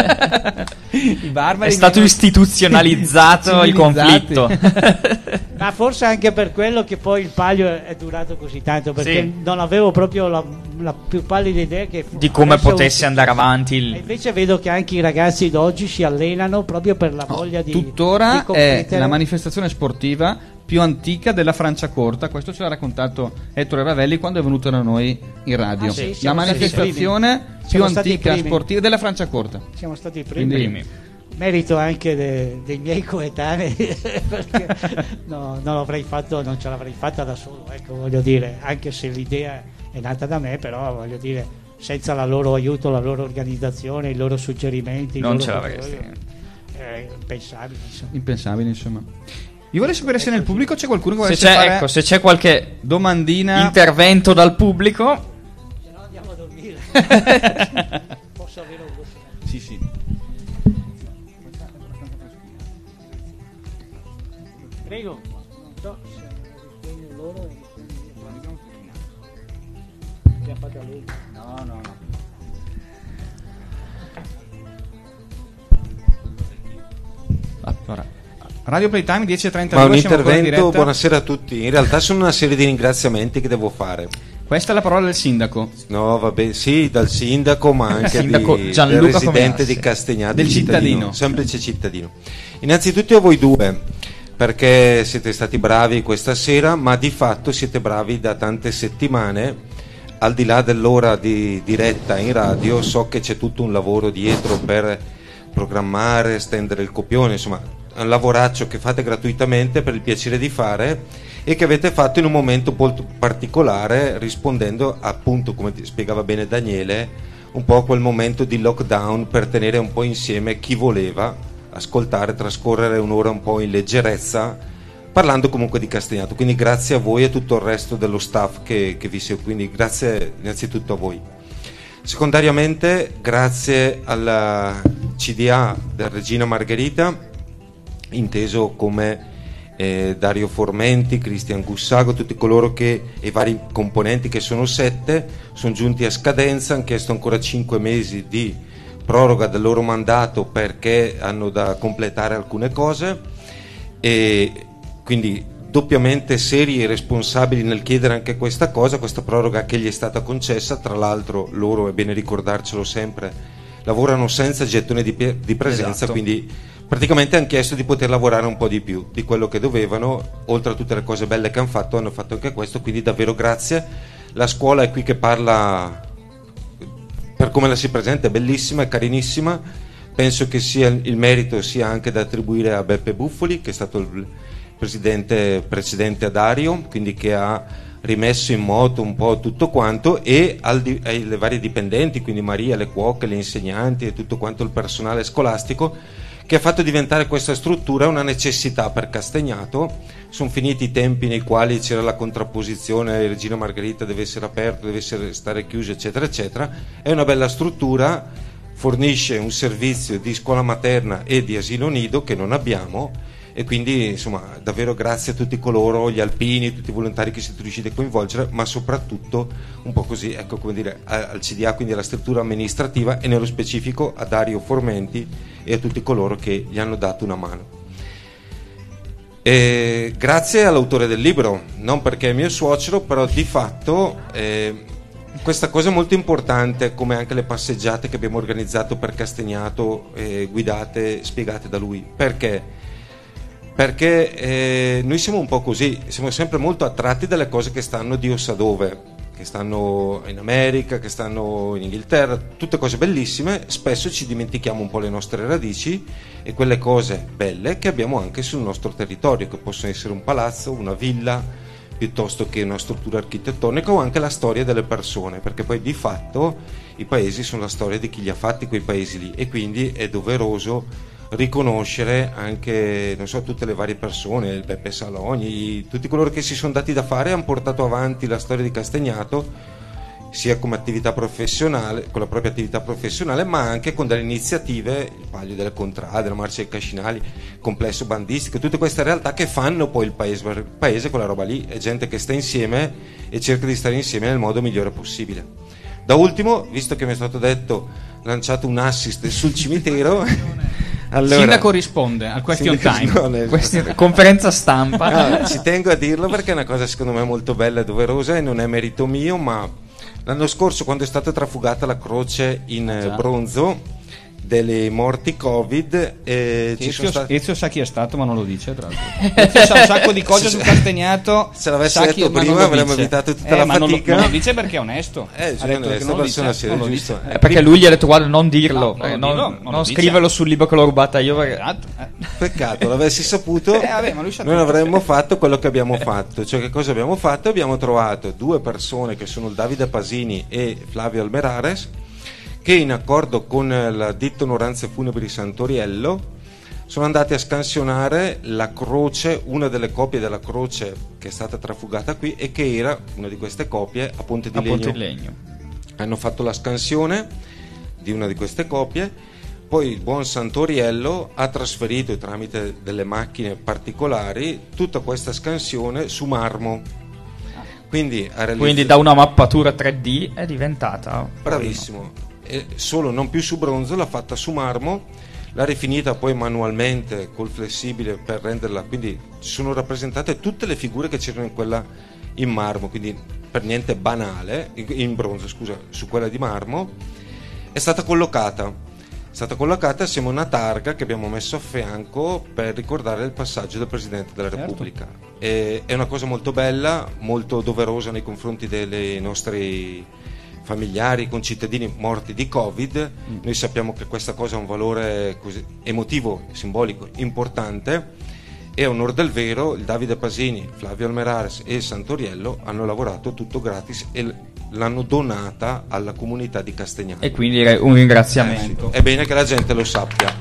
i barbari. È stato istituzionalizzato il conflitto. Ma forse anche per quello che poi il Palio è durato così tanto, perché non avevo proprio la più pallida idea di come potesse andare avanti. E invece vedo che anche i ragazzi d'oggi si allenano proprio per la voglia di tuttora è la manifestazione sportiva più antica della Franciacorta. Questo ce l'ha raccontato Ettore Ravelli quando è venuto da noi in radio. La manifestazione più antica sportiva della Franciacorta. Siamo stati i primi. Merito anche dei miei coetanei, perché non ce l'avrei fatta da solo, ecco, voglio dire, anche se l'idea è nata da me, però voglio dire, senza la loro aiuto, la loro organizzazione, i loro suggerimenti, non ce l'avresti. Impensabile, insomma. Io vorrei sapere se nel pubblico c'è qualcuno che vuole fare se c'è qualche domandina, intervento dal pubblico. Se no andiamo a dormire. Posso avere un po'? Sì. Prego. Non so se risponde loro o che ha fatto lui. No. Allora, Radio Playtime 10:32. Ma un siamo ancora in intervento, diretta. buonasera a tutti. In realtà sono una serie di ringraziamenti che devo fare. Questa è la parola del sindaco. No, vabbè, sì, dal sindaco, ma anche Sindaco del Gianluca residente Comiassi. di Castagnato, Del cittadino. semplice cittadino. Innanzitutto a voi due, perché siete stati bravi questa sera, ma di fatto siete bravi da tante settimane. Al di là dell'ora di diretta in radio, so che c'è tutto un lavoro dietro per programmare, stendere il copione, insomma, è un lavoraccio che fate gratuitamente per il piacere di fare e che avete fatto in un momento molto particolare, rispondendo appunto, come spiegava bene Daniele, un po' a quel momento di lockdown per tenere un po' insieme chi voleva ascoltare, trascorrere un'ora un po' in leggerezza, parlando comunque di Castagnato. Quindi grazie a voi e a tutto il resto dello staff che vi segue, quindi grazie innanzitutto a voi. Secondariamente grazie alla CDA del Regina Margherita, inteso come Dario Formenti, Cristian Gussago, tutti coloro che, e i vari componenti, che sono 7, sono giunti a scadenza, hanno chiesto ancora 5 mesi di proroga del loro mandato perché hanno da completare alcune cose, e quindi doppiamente seri e responsabili nel chiedere anche questa cosa, questa proroga che gli è stata concessa. Tra l'altro loro, è bene ricordarcelo sempre, lavorano senza gettone di presenza, esatto. Quindi praticamente hanno chiesto di poter lavorare un po' di più di quello che dovevano. Oltre a tutte le cose belle che hanno fatto anche questo, quindi davvero grazie. La scuola è qui che parla per come la si presenta, è bellissima, è carinissima. Penso che sia il merito sia anche da attribuire a Beppe Buffoli, che è stato il presidente precedente a Dario, quindi che ha rimesso in moto un po' tutto quanto, e ai varie dipendenti, quindi Maria, le cuoche, le insegnanti e tutto quanto il personale scolastico, che ha fatto diventare questa struttura una necessità per Castagnato. Sono finiti i tempi nei quali c'era la contrapposizione, Regina Margherita deve essere aperto, deve stare chiuso, eccetera eccetera. È una bella struttura, fornisce un servizio di scuola materna e di asilo nido che non abbiamo, e quindi insomma davvero grazie a tutti coloro, gli alpini, tutti i volontari che siete riusciti a coinvolgere, ma soprattutto un po' così, ecco, come dire, al CDA, quindi alla struttura amministrativa, e nello specifico a Dario Formenti e a tutti coloro che gli hanno dato una mano. E grazie all'autore del libro, non perché è mio suocero, però di fatto questa cosa è molto importante, come anche le passeggiate che abbiamo organizzato per Castagnato, guidate, spiegate da lui. Perché noi siamo un po' così, siamo sempre molto attratti dalle cose che stanno Dio sa dove, che stanno in America, che stanno in Inghilterra, tutte cose bellissime. Spesso ci dimentichiamo un po' le nostre radici e quelle cose belle che abbiamo anche sul nostro territorio, che possono essere un palazzo, una villa, piuttosto che una struttura architettonica, o anche la storia delle persone, perché poi di fatto i paesi sono la storia di chi li ha fatti quei paesi lì, e quindi è doveroso riconoscere anche, non so, tutte le varie persone, il Beppe Salogni, tutti coloro che si sono dati da fare e hanno portato avanti la storia di Castagnato, sia come attività professionale, con la propria attività professionale, ma anche con delle iniziative, il Palio delle Contrade, la Marcia dei Cascinali, il complesso bandistico, tutte queste realtà che fanno poi il paese quella roba lì. È gente che sta insieme e cerca di stare insieme nel modo migliore possibile. Da ultimo, visto che mi è stato detto, lanciato un assist sul cimitero. Allora, Sindaco risponde al question time. Conferenza stampa. No, ci tengo a dirlo perché è una cosa secondo me molto bella e doverosa, e non è merito mio, ma l'anno scorso, quando è stata trafugata la croce in bronzo delle morti Covid, ci sono stati... Ezio sa chi è stato, ma non lo dice, tra l'altro. Ezio sa un sacco di cose su Castagnato. Se l'avesse detto prima avremmo evitato tutta la fatica. Non lo dice perché è onesto. Ha detto che non lo dice, non lo dice. Perché lui gli ha detto guarda, non dirlo, non scriverlo sul libro che l'ho rubata io, perché... Peccato, l'avessi saputo, vabbè, ma lui sa noi avremmo fatto quello che abbiamo fatto. Cioè, che cosa abbiamo fatto? Abbiamo trovato due persone, che sono il Davide Pasini e Flavio Almerares, che in accordo con la ditta Onoranze Funebri Santoriello sono andati a scansionare la croce, una delle copie della croce che è stata trafugata qui, e che era una di queste copie a Ponte di Legno. Hanno fatto la scansione di una di queste copie, poi il buon Santoriello ha trasferito tramite delle macchine particolari tutta questa scansione su marmo. Quindi da una mappatura 3D è diventata bravissimo. Solo non più su bronzo, l'ha fatta su marmo, l'ha rifinita poi manualmente col flessibile per renderla, quindi ci sono rappresentate tutte le figure che c'erano in quella in marmo, quindi per niente banale, in bronzo scusa, su quella di marmo. È stata collocata assieme a una targa che abbiamo messo a fianco per ricordare il passaggio del Presidente della Repubblica. È una cosa molto bella, molto doverosa nei confronti dei nostri familiari, concittadini morti di Covid. Noi sappiamo che questa cosa ha un valore così emotivo, simbolico, importante, e a onor del vero il Davide Pasini, Flavio Almerares e il Santoriello hanno lavorato tutto gratis e l'hanno donata alla comunità di Castagnato, e quindi un ringraziamento. Sì, è bene che la gente lo sappia.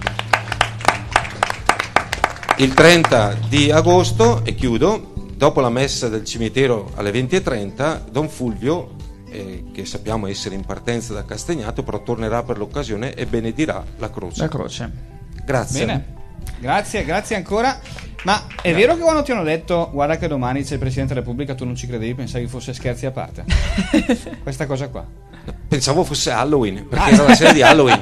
Il 30 di agosto, e chiudo, dopo la messa del cimitero alle 20:30, Don Fulvio, che sappiamo essere in partenza da Castagnato, però tornerà per l'occasione e benedirà la croce. Grazie. Bene, grazie ancora. Ma è vero che quando ti hanno detto guarda che domani c'è il Presidente della Repubblica tu non ci credevi, pensavi fosse scherzi a parte? Questa cosa qua. Pensavo fosse Halloween, perché era la sera di Halloween.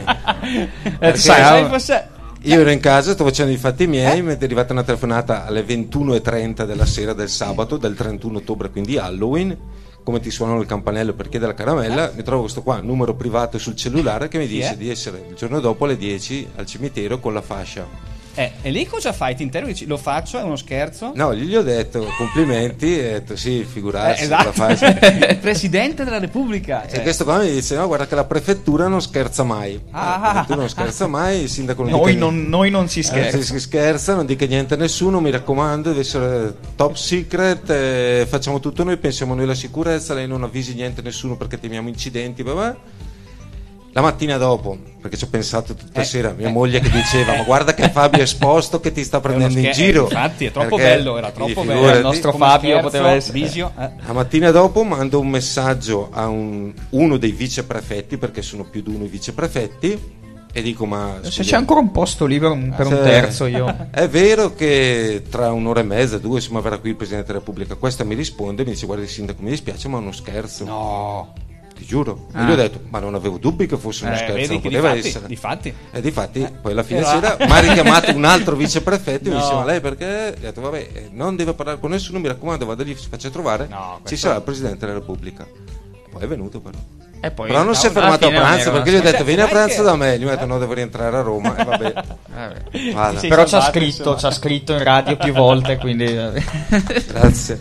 Io ero in casa, sto facendo i fatti miei, mi è arrivata una telefonata alle 21:30 della sera del sabato, del 31 ottobre, quindi Halloween. Come ti suonano il campanello per chiedere la caramella, mi trovo questo qua, numero privato sul cellulare, che mi dice di essere il giorno dopo alle 10 al cimitero con la fascia. E lì cosa fai? Ti interroghi, lo faccio? È uno scherzo? No, gli ho detto complimenti e ho detto sì, figurarsi, esatto. la fai. Presidente della Repubblica. E questo qua mi dice no, guarda che la prefettura non scherza mai. La prefettura non scherza mai, il sindaco noi non si scherza. Si scherza, non dica niente a nessuno, mi raccomando, deve essere top secret, facciamo tutto noi, pensiamo noi la sicurezza, lei non avvisi niente a nessuno perché temiamo incidenti, La mattina dopo, perché ci ho pensato tutta sera, mia moglie che diceva ma guarda che Fabio è esposto che ti sta prendendo in giro. Infatti è troppo bello, era troppo bello. Il nostro Fabio scherzo, poteva essere Visio. La mattina dopo mando un messaggio a uno dei viceprefetti, perché sono più di uno i viceprefetti, e dico ma se c'è ancora un posto libero per un terzo io. È vero che tra un'ora e mezza, 2, insomma, verrà qui il Presidente della Repubblica. Questa mi risponde, mi dice guarda il sindaco, mi dispiace ma è uno scherzo. No, ti giuro. E gli ho detto ma non avevo dubbi che fosse uno scherzo, non poteva essere. Difatti poi alla fine sera mi ha richiamato un altro viceprefetto e mi diceva lei perché? Gli ho detto vabbè, non deve parlare con nessuno, mi raccomando, vada lì, si faccia trovare, ci sarà il Presidente della Repubblica. Poi è venuto però non si è fermato a pranzo, perché gli ho detto vieni a pranzo da me, gli ho detto no, devo rientrare a Roma e vabbè. Però ci ha scritto in radio più volte, quindi grazie.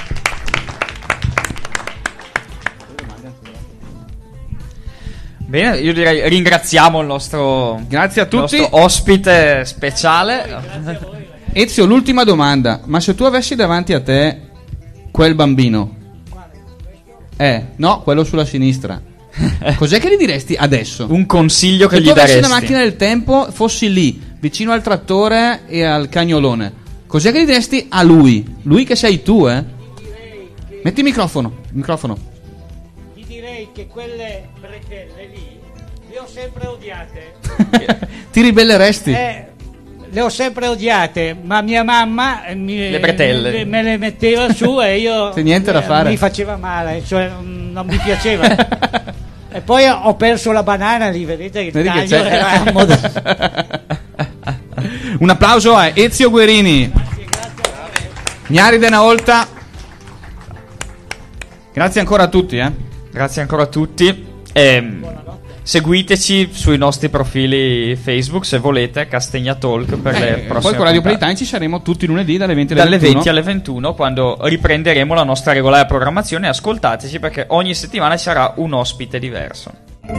Bene, io direi ringraziamo il nostro, grazie a tutti, nostro ospite speciale. Ezio, l'ultima domanda, ma se tu avessi davanti a te quel bambino, no, quello sulla sinistra, cos'è che gli diresti adesso? Un consiglio che se gli daresti. Se tu avessi la macchina del tempo, fossi lì vicino al trattore e al cagnolone, cos'è che gli diresti a lui che sei tu, metti il microfono. Gli direi che quelle bretelle lì le ho sempre odiate. Ti ribelleresti? Le ho sempre odiate, ma mia mamma le bretelle me le metteva su e io c'è niente da fare. Mi faceva male, cioè non mi piaceva. E poi ho perso la banana lì, vedete che il taglio era un applauso a Ezio Guerini. Grazie. Gnari Dena Olta. Grazie ancora a tutti, Grazie ancora a tutti. Seguiteci sui nostri profili Facebook se volete, Castegna Talk, per le prossime poi con Radio Playtime ci saremo tutti i lunedì dalle 20 alle 21. 20 alle 21 quando riprenderemo la nostra regolare programmazione. Ascoltateci perché ogni settimana ci sarà un ospite diverso.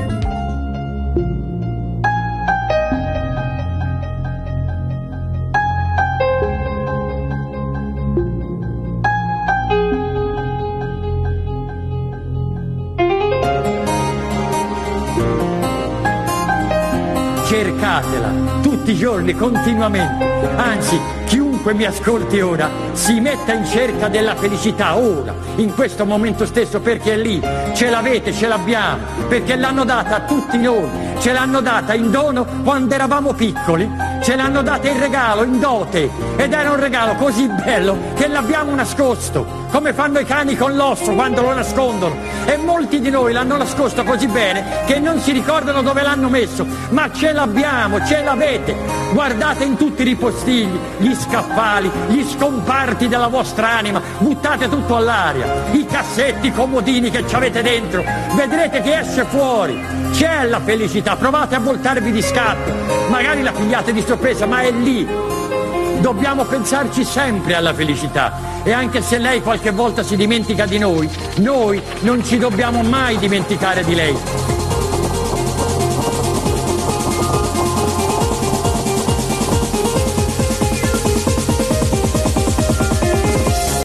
Cercatela tutti i giorni, continuamente. Anzi, chiunque mi ascolti ora si metta in cerca della felicità ora, in questo momento stesso, perché è lì. Ce l'avete, ce l'abbiamo, perché l'hanno data a tutti noi. Ce l'hanno data in dono quando eravamo piccoli, ce l'hanno data in regalo, in dote, ed era un regalo così bello che l'abbiamo nascosto. come fanno i cani con l'osso quando lo nascondono, e molti di noi l'hanno nascosto così bene che non si ricordano dove l'hanno messo, ma ce l'abbiamo, ce l'avete. Guardate in tutti i ripostigli, gli scaffali, gli scomparti della vostra anima, buttate tutto all'aria, i cassetti, i comodini che ci avete dentro, vedrete che esce fuori. C'è la felicità, provate a voltarvi di scatto, magari la pigliate di sorpresa, ma è lì. Dobbiamo pensarci sempre alla felicità, e anche se lei qualche volta si dimentica di noi non ci dobbiamo mai dimenticare di lei.